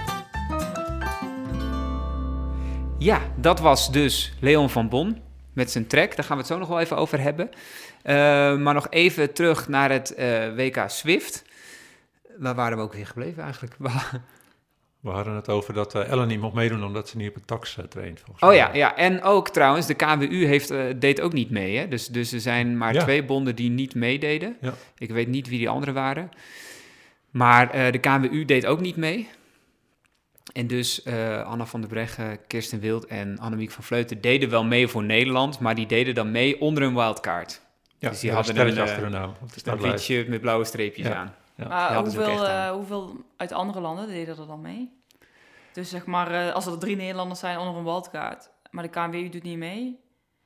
Ja, dat was dus Leon van Bon met zijn track. Daar gaan we het zo nog wel even over hebben. Uh, maar nog even terug naar het uh, W K Zwift. Waar waren we ook weer gebleven eigenlijk? We hadden het over dat uh, Ellen niet mocht meedoen omdat ze niet op een tax uh, traint. Oh mij. ja, ja, en ook trouwens, de K W U heeft, uh, deed ook niet mee. Hè? Dus, dus er zijn maar ja. twee bonden die niet meededen. Ja. Ik weet niet wie die anderen waren. Maar uh, de K W U deed ook niet mee. En dus uh, Anna van der Breggen, Kirsten Wild en Annemiek van Vleuten deden wel mee voor Nederland, maar die deden dan mee onder een wildcard. Ja, dus die ja, hadden een, een, achter hun naam, een wit shirt met blauwe streepjes ja. aan. Ja. Maar hoeveel, uh, hoeveel uit andere landen deden er dan mee? Dus zeg maar, uh, als er drie Nederlanders zijn onder een wildcard, maar de K W U doet niet mee?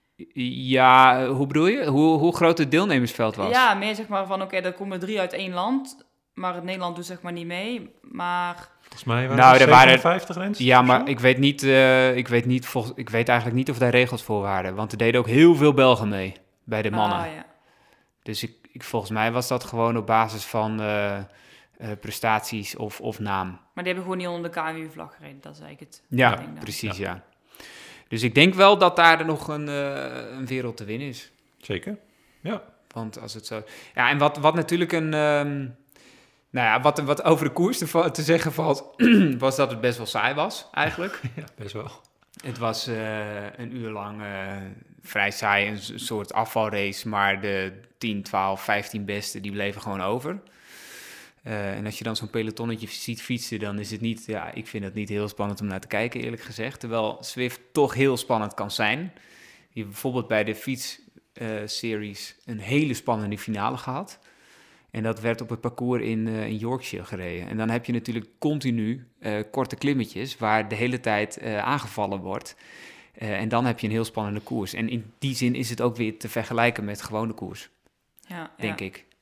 Ja, hoe bedoel je? Hoe, hoe groot het deelnemersveld was? Ja, meer zeg maar van, oké, okay, er komen drie uit één land, maar het Nederland doet zeg maar niet mee, maar... Volgens mij waren nou, er zevenenvijftig waren, mensen. Ja, maar ik weet niet, uh, ik weet niet, volgens, ik weet eigenlijk niet of daar regels voor waren, want er deden ook heel veel Belgen mee bij de mannen. Ah, ja. Dus ik, ik, volgens mij was dat gewoon op basis van uh, uh, prestaties of, of naam. Maar die hebben gewoon niet onder de K W U-vlag gereden, dat is eigenlijk het ja, ding dan. Precies, ja. ja. Dus ik denk wel dat daar nog een, uh, een wereld te winnen is. Zeker, ja. Want als het zo... Ja, en wat, wat natuurlijk een... Um, nou ja, wat, wat over de koers te, te zeggen valt, was dat het best wel saai was, eigenlijk. Ja, best wel. Het was uh, een uur lang uh, vrij saai, een soort afvalrace, maar de tien, twaalf, vijftien beste, die bleven gewoon over. Uh, en als je dan zo'n pelotonnetje ziet fietsen, dan is het niet, ja, ik vind het niet heel spannend om naar te kijken, eerlijk gezegd. Terwijl Zwift toch heel spannend kan zijn. Je hebt bijvoorbeeld bij de fietsseries uh, een hele spannende finale gehad. En dat werd op het parcours in, uh, in Yorkshire gereden. En dan heb je natuurlijk continu uh, korte klimmetjes waar de hele tijd uh, aangevallen wordt. Uh, en dan heb je een heel spannende koers. En in die zin is het ook weer te vergelijken met gewone koers, ja, denk ja. ik.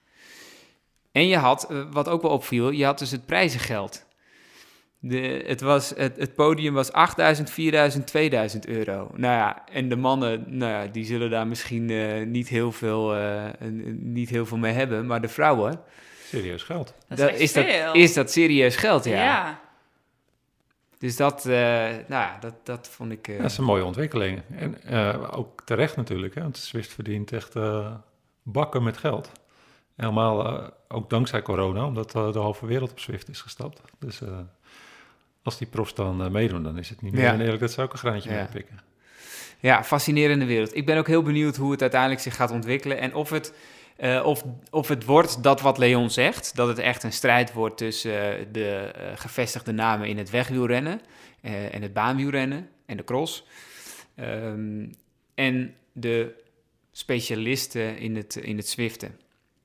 En je had, uh, wat ook wel opviel, je had dus het prijzengeld. De, het, was, het, het podium was achtduizend, vierduizend, tweeduizend euro. Nou ja, en de mannen, nou ja, die zullen daar misschien uh, niet, heel veel, uh, niet heel veel mee hebben. Maar de vrouwen... Serieus geld. Dat is, dat, is, dat, is dat serieus geld, ja. Ja. Dus dat, uh, nou ja, dat, dat vond ik... Uh... Ja, dat is een mooie ontwikkeling. En uh, ook terecht natuurlijk, hè, want Zwift verdient echt uh, bakken met geld. Helemaal uh, ook dankzij corona, omdat uh, de halve wereld op Zwift is gestapt. Dus... Uh, als die profs dan uh, meedoen, dan is het niet meer Ja. eerlijk dat ze ook een graantje Ja. mee pikken. Ja, fascinerende wereld. Ik ben ook heel benieuwd hoe het uiteindelijk zich gaat ontwikkelen. En of het, uh, of, of het wordt dat wat Leon zegt, dat het echt een strijd wordt tussen uh, de uh, gevestigde namen in het wegwielrennen uh, en het baanwielrennen en de cross. Um, en de specialisten in het, in het Zwiften.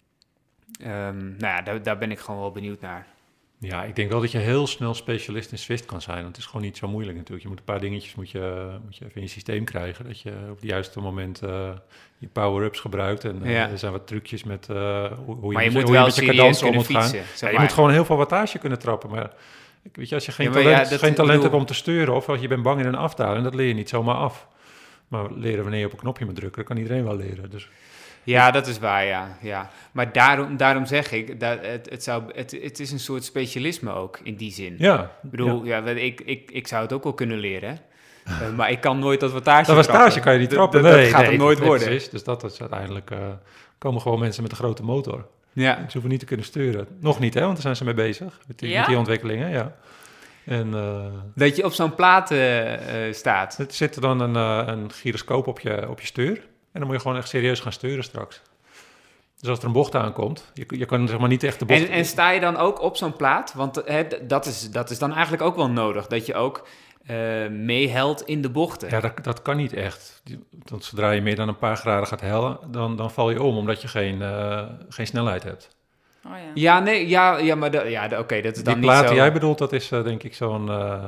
Um, nou ja, daar, daar ben ik gewoon wel benieuwd naar. Ja, ik denk wel dat je heel snel specialist in Zwift kan zijn. Want het is gewoon niet zo moeilijk natuurlijk. Je moet een paar dingetjes moet je, moet je even in je systeem krijgen. Dat je op het juiste moment uh, je power-ups gebruikt. En uh, ja. er zijn wat trucjes met uh, hoe, hoe maar je, je moet hoe wel je met je cadans om moet gaan. Ja, je moet gewoon heel veel wattage kunnen trappen. Maar weet je, als je geen ja, talent, ja, dat, geen talent bedoel... hebt om te sturen... of als je bent bang in een afdaling, dat leer je niet zomaar af. Maar leren wanneer je op een knopje moet drukken, dat kan iedereen wel leren. Dus... Ja, dat is waar, ja. ja. Maar daarom, daarom zeg ik, dat het, het, zou, het, het is een soort specialisme ook, in die zin. Ja. Ik bedoel, ja. Ja, ik, ik, ik zou het ook wel kunnen leren, uh, maar ik kan nooit dat wattage Dat wattage kan je niet trappen. Dat, nee, dat gaat nee, hem nooit nee, worden. Precies, dus dat is uiteindelijk... Uh, komen gewoon mensen met een grote motor. Ja. Ze hoeven niet te kunnen sturen. Nog niet, hè, want daar zijn ze mee bezig, met die, ja? met die ontwikkelingen, ja. En, uh, dat je op zo'n plaat uh, uh, staat. Er zit er dan een, uh, een gyroscoop op je, op je stuur. En dan moet je gewoon echt serieus gaan sturen straks. Dus als er een bocht aankomt, je, je kan zeg maar niet echt de bocht... En, en sta je dan ook op zo'n plaat? Want hè, dat, is, dat is dan eigenlijk ook wel nodig, dat je ook uh, meehelt in de bochten. Ja, dat, dat kan niet echt. Want zodra je meer dan een paar graden gaat hellen, dan, dan val je om, omdat je geen, uh, geen snelheid hebt. Oh, ja. ja, nee, ja, ja, maar de, ja, oké, okay, dat is dan die niet plaat zo... die jij bedoelt, dat is uh, denk ik zo'n... Uh,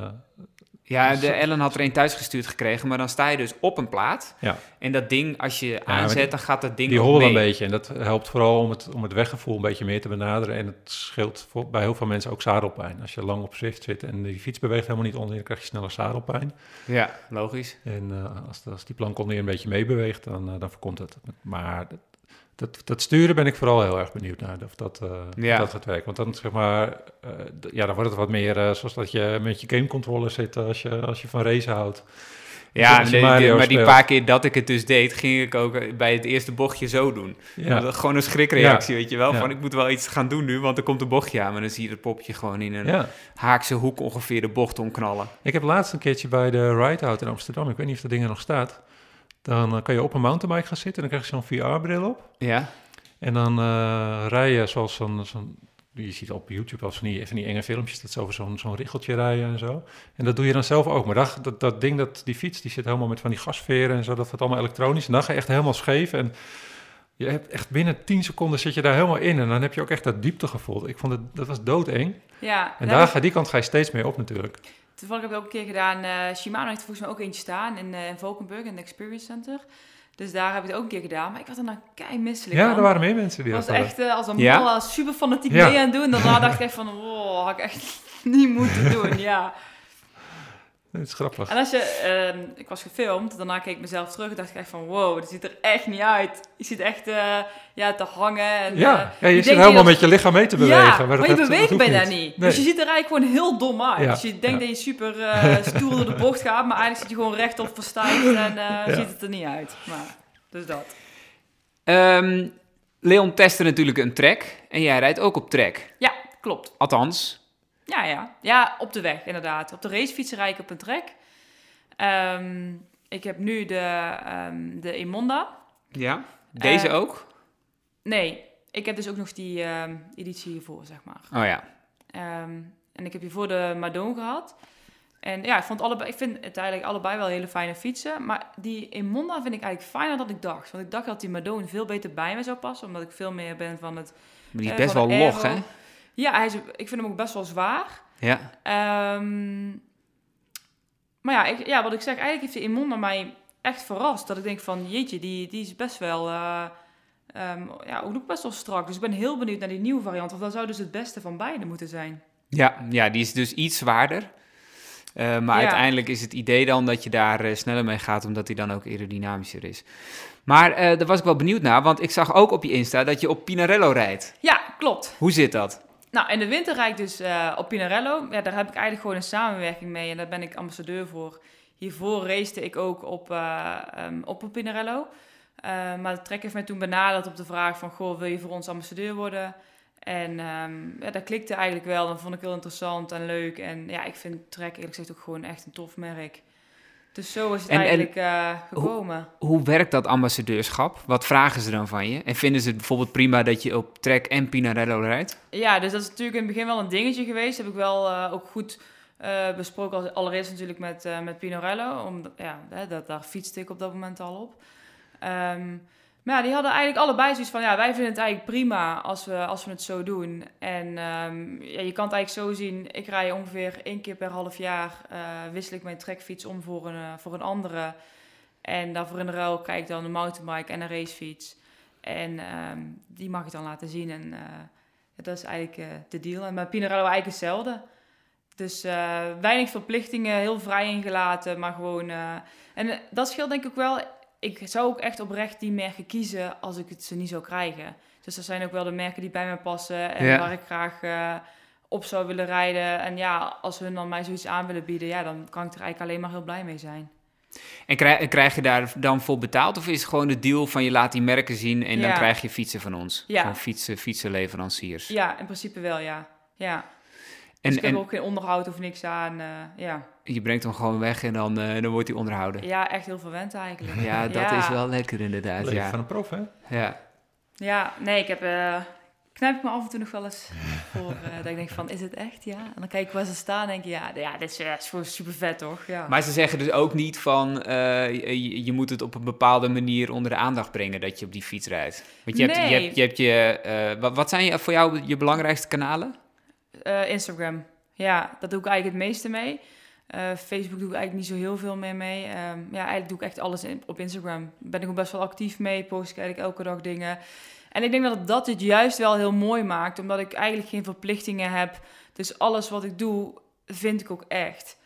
Ja, de Ellen had er een thuis gestuurd gekregen, maar dan sta je dus op een plaat. Ja. En dat ding, als je ja, aanzet, die, dan gaat dat ding die ook hollen mee. een beetje en dat helpt vooral om het, om het weggevoel een beetje meer te benaderen. En het scheelt voor, bij heel veel mensen ook zadelpijn. Als je lang op Zwift zit en die fiets beweegt helemaal niet onder, dan krijg je sneller zadelpijn. Ja, logisch. En uh, als, als die plank onder je een beetje meebeweegt, dan, uh, dan voorkomt het. Maar... Dat, Dat, dat sturen ben ik vooral heel erg benieuwd naar, of dat, uh, ja. of dat gaat werken. Want dan zeg maar, uh, d- ja, dan wordt het wat meer uh, zoals dat je met je gamecontroller zit als je, als je van racen houdt. Ja, dus nee, maar die speelt. paar keer dat ik het dus deed, ging ik ook bij het eerste bochtje zo doen. Ja. Dat, gewoon een schrikreactie, ja. weet je wel, ja. van ik moet wel iets gaan doen nu, want er komt een bochtje aan. Maar dan zie je het popje gewoon in een ja. haakse hoek ongeveer de bocht omknallen. Ik heb laatst een keertje bij de Rideout in Amsterdam, ik weet niet of dat ding er nog staat. Dan uh, kan je op een mountainbike gaan zitten en dan krijg je zo'n V R-bril op. Ja. En dan uh, rij je zoals zo'n, zo'n... Je ziet op YouTube als van die, van die enge filmpjes, dat ze over zo'n, zo'n richeltje rijden en zo. En dat doe je dan zelf ook. Maar dat, dat, dat ding, dat, die fiets, die zit helemaal met van die gasveren en zo. Dat wordt allemaal elektronisch. En dan ga je echt helemaal scheef. En je hebt echt binnen tien seconden zit je daar helemaal in. En dan heb je ook echt dat dieptegevoel. Ik vond het, dat was doodeng. Ja, en daar, ik... die kant ga je steeds meer op natuurlijk. Toevallig heb ik ook een keer gedaan. Uh, Shimano heeft volgens mij ook eentje staan in, uh, in Valkenburg, in het Experience Center. Dus daar heb ik het ook een keer gedaan. Maar ik was er nou kei misselijk Ja, aan. er waren meer mensen die dat dat was echt uh, als een ja? malle, super fanatiek ja. mee aan het doen. Daarna dacht ik echt van, wow, had ik echt niet moeten doen, ja. Dat is grappig. En als je, uh, ik was gefilmd, daarna keek ik mezelf terug en dacht ik echt van, wow, dit ziet er echt niet uit. Je zit echt uh, ja, te hangen. En, ja, uh, ja, je, je zit helemaal met je lichaam mee te bewegen. Ja, maar, maar dat je heeft, beweegt dat bijna niet. niet. Nee. Dus je ziet er eigenlijk gewoon heel dom uit. Ja, Dus je denkt ja. dat je super uh, stoer door de bocht gaat, maar eigenlijk zit je gewoon rechtop verstijfd en uh, ja. ziet het er niet uit. Maar, dus dat. Um, Leon testte natuurlijk een track en jij rijdt ook op track. Ja, klopt. Althans. Ja, ja. Ja, op de weg inderdaad. Op de racefietsen rijd ik op een track. Um, ik heb nu de, um, de Emonda. Ja, deze uh, ook? Nee, ik heb dus ook nog die um, editie hiervoor, zeg maar. Oh ja. Um, en ik heb hiervoor de Madone gehad. En ja, ik, vond allebei, ik vind het eigenlijk allebei wel hele fijne fietsen. Maar die Emonda vind ik eigenlijk fijner dan ik dacht. Want ik dacht dat die Madone veel beter bij me zou passen. Omdat ik veel meer ben van het... Maar die is uh, best wel log, hè? Ja, hij is, ik vind hem ook best wel zwaar. Ja. Um, maar ja, ik, ja, wat ik zeg, eigenlijk heeft die Emonda mij echt verrast. Dat ik denk van, jeetje, die, die is best wel... Uh, um, ja, ook best wel strak. Dus ik ben heel benieuwd naar die nieuwe variant. Of dat zou dus het beste van beide moeten zijn. Ja, ja die is dus iets zwaarder. Uh, maar ja. uiteindelijk is het idee dan dat je daar uh, sneller mee gaat, omdat hij dan ook aerodynamischer is. Maar uh, daar was ik wel benieuwd naar, want ik zag ook op je Insta dat je op Pinarello rijdt. Ja, klopt. Hoe zit dat? Nou, in de winter rijd ik dus uh, op Pinarello. Ja, daar heb ik eigenlijk gewoon een samenwerking mee en daar ben ik ambassadeur voor. Hiervoor racete ik ook op, uh, um, op een Pinarello. Uh, maar de trek heeft mij toen benaderd op de vraag van, goh, wil je voor ons ambassadeur worden? En um, ja, dat klikte eigenlijk wel. Dat vond ik heel interessant en leuk. En ja, ik vind Trek eerlijk gezegd ook gewoon echt een tof merk. Dus zo is het en, eigenlijk en, uh, gekomen. Hoe, hoe werkt dat ambassadeurschap? Wat vragen ze dan van je? En vinden ze het bijvoorbeeld prima dat je op Trek en Pinarello rijdt? Ja, dus dat is natuurlijk in het begin wel een dingetje geweest. Dat heb ik wel uh, ook goed uh, besproken. Allereerst natuurlijk met, uh, met Pinarello. Omdat, ja, dat, daar fietste ik op dat moment al op. Um, maar ja, die hadden eigenlijk allebei zoiets van... ja, wij vinden het eigenlijk prima als we, als we het zo doen. En um, ja, je kan het eigenlijk zo zien... ik rij ongeveer één keer per half jaar... Uh, wissel ik mijn trekfiets om voor een, uh, voor een andere. En daarvoor in de ruil krijg ik dan een mountainbike en een racefiets. En um, die mag ik dan laten zien. En uh, dat is eigenlijk uh, de deal. En bij Pinarello eigenlijk hetzelfde. Dus uh, weinig verplichtingen, heel vrij ingelaten. Maar gewoon... Uh, en uh, dat scheelt denk ik ook wel... Ik zou ook echt oprecht die merken kiezen als ik het ze niet zou krijgen. Dus dat zijn ook wel de merken die bij mij passen en ja. waar ik graag uh, op zou willen rijden. En ja, als hun dan mij zoiets aan willen bieden, ja, dan kan ik er eigenlijk alleen maar heel blij mee zijn. En krijg, krijg je daar dan voor betaald? Of is het gewoon de deal van je laat die merken zien en ja. dan krijg je fietsen van ons? Ja. Van fietsen, fietsenleveranciers? Ja, in principe wel, ja. ja. En, dus ik heb en, ook geen onderhoud of niks aan, uh, ja. Je brengt hem gewoon weg en dan, uh, dan wordt hij onderhouden. Ja, echt heel verwend eigenlijk. Ja, dat ja. is wel lekker inderdaad. Leven ja. van een prof, hè? Ja. Ja, nee, ik heb... Uh, knijp ik me af en toe nog wel eens voor... Uh, dat ik denk van, is het echt? Ja. En dan kijk ik waar ze staan en denk ik, ja, ja dit is, uh, is gewoon super vet, toch? Ja. Maar ze zeggen dus ook niet van... Uh, je, je moet het op een bepaalde manier onder de aandacht brengen dat je op die fiets rijdt. Want je nee. hebt je... Hebt, je, hebt je uh, wat, wat zijn je, voor jou je belangrijkste kanalen? Uh, Instagram. Ja, dat doe ik eigenlijk het meeste mee. Uh, Facebook doe ik eigenlijk niet zo heel veel meer mee. Um, ja, eigenlijk doe ik echt alles in, op Instagram. Daar ben ik ook best wel actief mee. Post ik eigenlijk elke dag dingen. En ik denk dat dat het juist wel heel mooi maakt. Omdat ik eigenlijk geen verplichtingen heb. Dus alles wat ik doe, vind ik ook echt.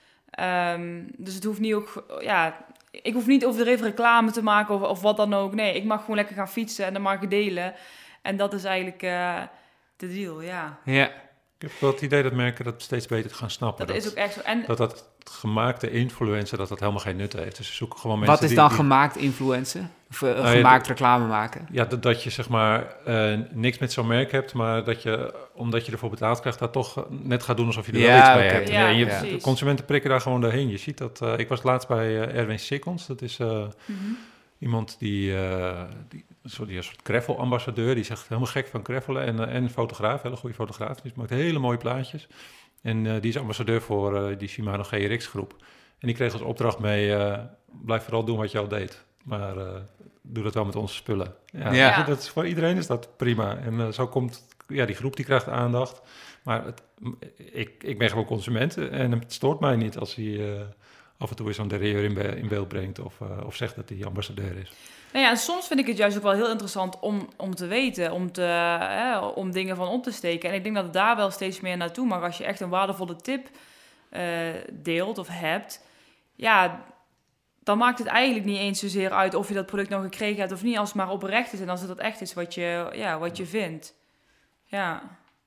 Um, dus het hoeft niet ook... Ja, ik hoef niet overdreven reclame te maken of, of wat dan ook. Nee, ik mag gewoon lekker gaan fietsen en dan mag ik delen. En dat is eigenlijk uh, de deal, ja. Ja. Ik heb wel het idee dat merken dat steeds beter gaan snappen. Dat, dat is ook echt zo. En dat dat gemaakte influencer, dat dat helemaal geen nut heeft. Dus ze zoeken gewoon mensen Wat is die, dan die... gemaakt influencer? Of uh, nou, gemaakt ja, reclame maken? Ja, dat, dat je zeg maar uh, niks met zo'n merk hebt, maar dat je, omdat je ervoor betaald krijgt, dat toch net gaat doen alsof je er ja, wel iets okay. bij hebt. Ja, en je, ja. de consumenten prikken daar gewoon doorheen. Je ziet dat, uh, ik was laatst bij uh, Erwin Sikkons, dat is uh, mm-hmm. iemand die... Uh, die Sorry, een soort gravel-ambassadeur, die zegt helemaal gek van gravelen en, uh, en fotograaf, hele goede fotograaf, die maakt hele mooie plaatjes. En uh, die is ambassadeur voor uh, die Shimano G R X-groep. En die kreeg als opdracht mee, uh, blijf vooral doen wat je al deed, maar uh, doe dat wel met onze spullen. Ja, ja. Dat, dat is, voor iedereen is dat prima. En uh, zo komt, ja, die groep die krijgt aandacht. Maar het, ik, ik ben gewoon consument en het stoort mij niet als hij uh, af en toe eens zo'n derailleur in, be- in beeld brengt of, uh, of zegt dat hij ambassadeur is. Nou ja, en soms vind ik het juist ook wel heel interessant om, om te weten, om, te, hè, om dingen van op te steken. En ik denk dat het daar wel steeds meer naartoe mag. Als je echt een waardevolle tip uh, deelt of hebt, ja, dan maakt het eigenlijk niet eens zozeer uit of je dat product nog gekregen hebt of niet, als het maar oprecht is en als het dat echt is wat je, ja, wat je vindt. Ja.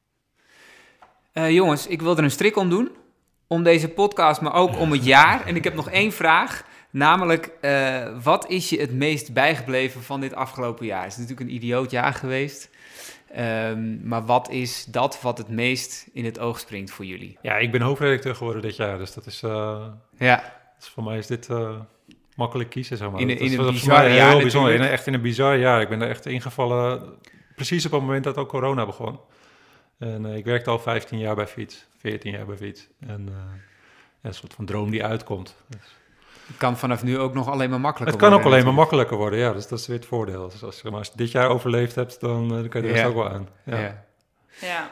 Uh, jongens, ik wil er een strik om doen, om deze podcast, maar ook om het jaar. En ik heb nog één vraag. Namelijk, uh, wat is je het meest bijgebleven van dit afgelopen jaar? Het is natuurlijk een idioot jaar geweest. Um, maar wat is dat wat het meest in het oog springt voor jullie? Ja, ik ben hoofdredacteur geworden dit jaar, dus dat is... Uh, ja. Dus voor mij is dit uh, makkelijk kiezen, zeg maar. In, dat in is, een dat bizar heel jaar bijzonder. In, echt in een bizar jaar. Ik ben er echt ingevallen, precies op het moment dat ook corona begon. En uh, ik werkte al vijftien jaar bij Fiets, veertien jaar bij Fiets. En uh, ja, een soort van droom die uitkomt. Dus. Het kan vanaf nu ook nog alleen maar makkelijker worden. Het kan worden, ook alleen natuurlijk. maar makkelijker worden, ja. Dus dat is weer het voordeel. Dus als, maar als je dit jaar overleefd hebt, dan, dan kan je de rest ja. ook wel aan. Ja. ja. ja.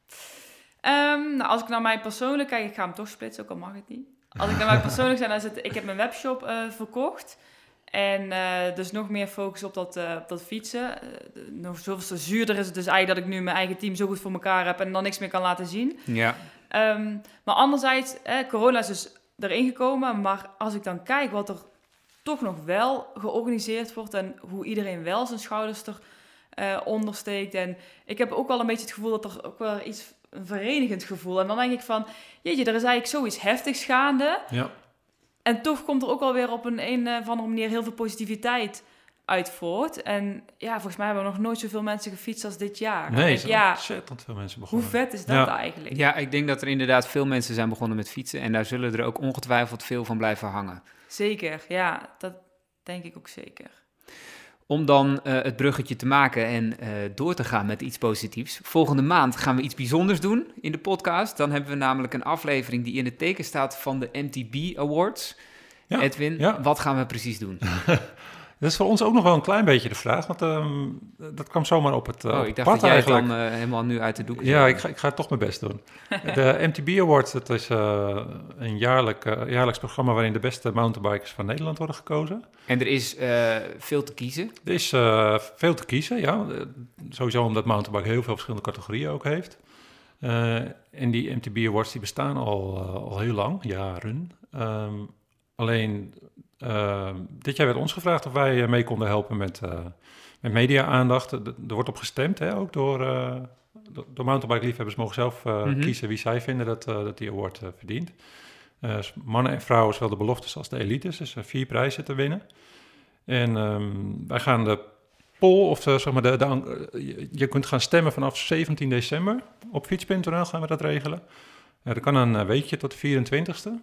Um, nou, als ik naar mij persoonlijk kijk, ik ga hem toch splitsen, ook al mag het niet. Als ik naar mij persoonlijk zijn, dan is het, ik heb mijn webshop uh, verkocht. En uh, dus nog meer focus op dat, uh, op dat fietsen. Uh, nog zoveel zuurder is het dus eigenlijk dat ik nu mijn eigen team zo goed voor elkaar heb en dan niks meer kan laten zien. Ja. Um, maar anderzijds, eh, corona is dus erin gekomen. Maar als ik dan kijk wat er toch nog wel georganiseerd wordt en hoe iedereen wel zijn schouders eronder uh, steekt. En ik heb ook wel een beetje het gevoel dat er ook wel iets, een verenigend gevoel. En dan denk ik van, jeetje, er is eigenlijk zoiets heftigs gaande. Ja. En toch komt er ook alweer op een, een of andere manier heel veel positiviteit uit voort. En ja, volgens mij hebben we nog nooit zoveel mensen gefietst als dit jaar. Nee, er zijn ja, ontzettend veel mensen begonnen. Hoe vet is dat ja. eigenlijk? Ja, ik denk dat er inderdaad veel mensen zijn begonnen met fietsen. En daar zullen er ook ongetwijfeld veel van blijven hangen. Zeker, ja, dat denk ik ook zeker. Om dan uh, het bruggetje te maken en uh, door te gaan met iets positiefs. Volgende maand gaan we iets bijzonders doen in de podcast. Dan hebben we namelijk een aflevering die in het teken staat van de M T B Awards. Ja, Edwin, ja. Wat gaan we precies doen? Dat is voor ons ook nog wel een klein beetje de vraag, want um, dat kwam zomaar op het, uh, oh, op ik het dacht pad dat jij eigenlijk. het dan uh, helemaal nu uit de doek Ja, ja ik ga, ik ga toch mijn best doen. De M T B Awards, dat is uh, een jaarlijk, uh, jaarlijks programma waarin de beste mountainbikers van Nederland worden gekozen. En er is uh, veel te kiezen? Er is uh, veel te kiezen, ja. Uh, sowieso omdat mountainbike heel veel verschillende categorieën ook heeft. Uh, en die M T B Awards die bestaan al, uh, al heel lang, jaren. Um, alleen... Uh, dit jaar werd ons gevraagd of wij mee konden helpen met, uh, met media-aandacht. Er wordt op gestemd, hè, ook door, uh, door mountainbike-liefhebbers mogen zelf uh, mm-hmm. kiezen wie zij vinden dat, uh, dat die award uh, verdient. Uh, mannen en vrouwen, zowel de beloftes als de elites, dus uh, vier prijzen te winnen. En um, wij gaan de poll, of de, zeg maar, de, de, uh, je kunt gaan stemmen vanaf zeventien december. Op fiets punt n l gaan we dat regelen. Uh, dat kan een weekje tot de vierentwintigste.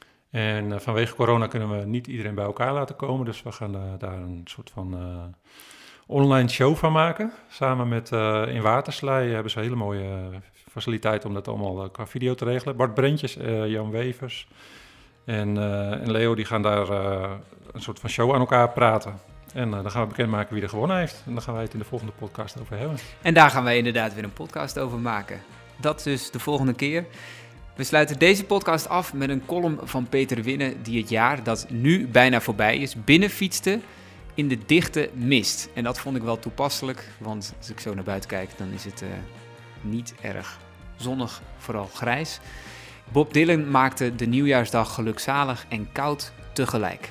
En uh, vanwege corona kunnen we niet iedereen bij elkaar laten komen. Dus we gaan uh, daar een soort van uh, online show van maken. Samen met uh, in Waterslei hebben ze een hele mooie uh, faciliteit om dat allemaal uh, qua video te regelen. Bart Brentjes, uh, Jan Wevers en, uh, en Leo die gaan daar uh, een soort van show aan elkaar praten. En uh, dan gaan we bekendmaken wie er gewonnen heeft. En dan gaan wij het in de volgende podcast over hebben. En daar gaan wij inderdaad weer een podcast over maken. Dat dus de volgende keer. We sluiten deze podcast af met een column van Peter Winnen die het jaar dat nu bijna voorbij is binnenfietste in de dichte mist. En dat vond ik wel toepasselijk, want als ik zo naar buiten kijk, dan is het uh, niet erg zonnig, vooral grijs. Bob Dylan maakte de nieuwjaarsdag gelukzalig en koud tegelijk.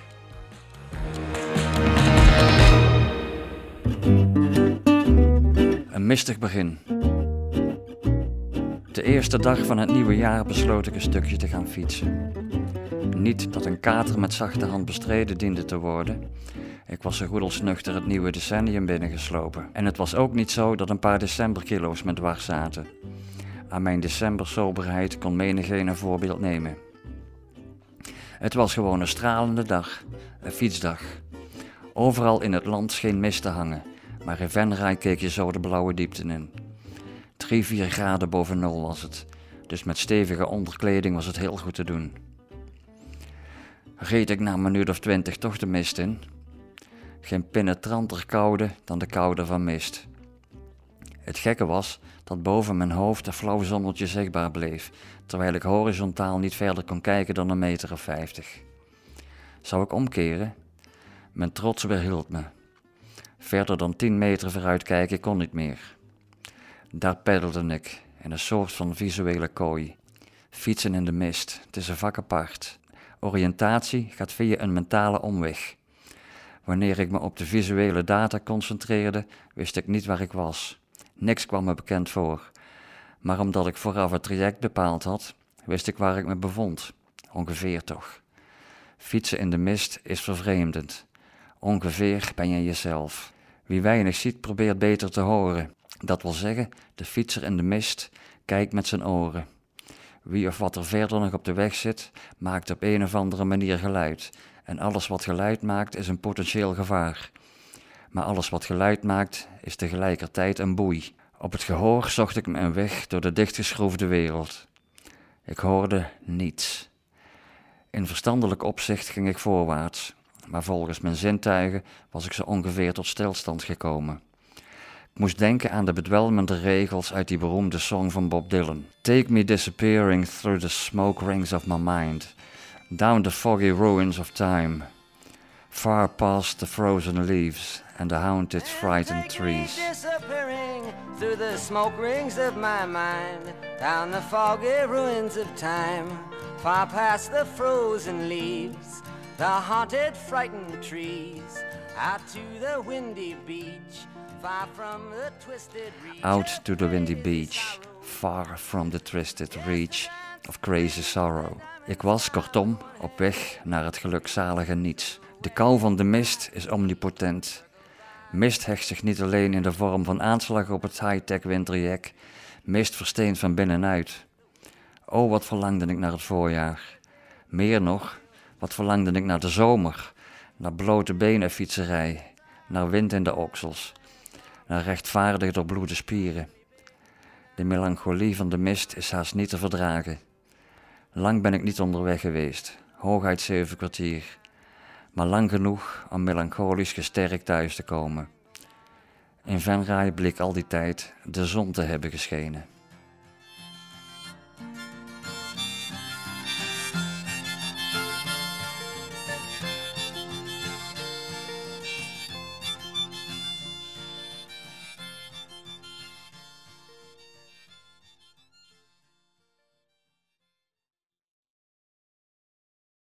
Een mistig begin. De eerste dag van het nieuwe jaar besloot ik een stukje te gaan fietsen. Niet dat een kater met zachte hand bestreden diende te worden. Ik was zo goed als nuchter het nieuwe decennium binnengeslopen. En het was ook niet zo dat een paar decemberkilo's me dwars zaten. Aan mijn decembersoberheid kon menigeen een voorbeeld nemen. Het was gewoon een stralende dag, een fietsdag. Overal in het land scheen mist te hangen, maar in Venray keek je zo de blauwe diepten in. drie, vier graden boven nul was het, dus met stevige onderkleding was het heel goed te doen. Reed ik na een minuut of twintig toch de mist in? Geen penetranter koude dan de koude van mist. Het gekke was dat boven mijn hoofd een flauw zonnetje zichtbaar bleef, terwijl ik horizontaal niet verder kon kijken dan een meter of vijftig. Zou ik omkeren? Mijn trots weerhield me. Verder dan tien meter vooruit kijken kon niet meer. Daar peddelde ik, in een soort van visuele kooi. Fietsen in de mist, het is een vak apart. Oriëntatie gaat via een mentale omweg. Wanneer ik me op de visuele data concentreerde, wist ik niet waar ik was. Niks kwam me bekend voor. Maar omdat ik vooraf het traject bepaald had, wist ik waar ik me bevond. Ongeveer toch. Fietsen in de mist is vervreemdend. Ongeveer ben je jezelf. Wie weinig ziet, probeert beter te horen. Dat wil zeggen, de fietser in de mist kijkt met zijn oren. Wie of wat er verder nog op de weg zit, maakt op een of andere manier geluid. En alles wat geluid maakt is een potentieel gevaar. Maar alles wat geluid maakt is tegelijkertijd een boei. Op het gehoor zocht ik me een weg door de dichtgeschroefde wereld. Ik hoorde niets. In verstandelijk opzicht ging ik voorwaarts, maar volgens mijn zintuigen was ik zo ongeveer tot stilstand gekomen. Ik moest denken aan de bedwelmende regels uit die beroemde song van Bob Dylan. Take me disappearing through the smoke rings of my mind, down the foggy ruins of time, far past the frozen leaves and the haunted, frightened trees. Take me disappearing through the smoke rings of my mind, down the foggy ruins of time, far past the frozen leaves, the haunted, frightened trees, out to the windy beach. Far from the twisted reach Out to the windy beach, far from the twisted reach of crazy sorrow. Ik was, kortom, op weg naar het gelukzalige niets. De kou van de mist is omnipotent. Mist hecht zich niet alleen in de vorm van aanslag op het high-tech winterjack. Mist versteent van binnenuit. O, wat verlangde ik naar het voorjaar. Meer nog, wat verlangde ik naar de zomer. Naar blote benen fietserij. Naar wind in de oksels. Naar rechtvaardig doorbloede spieren. De melancholie van de mist is haast niet te verdragen. Lang ben ik niet onderweg geweest, hooguit zeven kwartier. Maar lang genoeg om melancholisch gesterkt thuis te komen. In Venray bleek al die tijd de zon te hebben geschenen.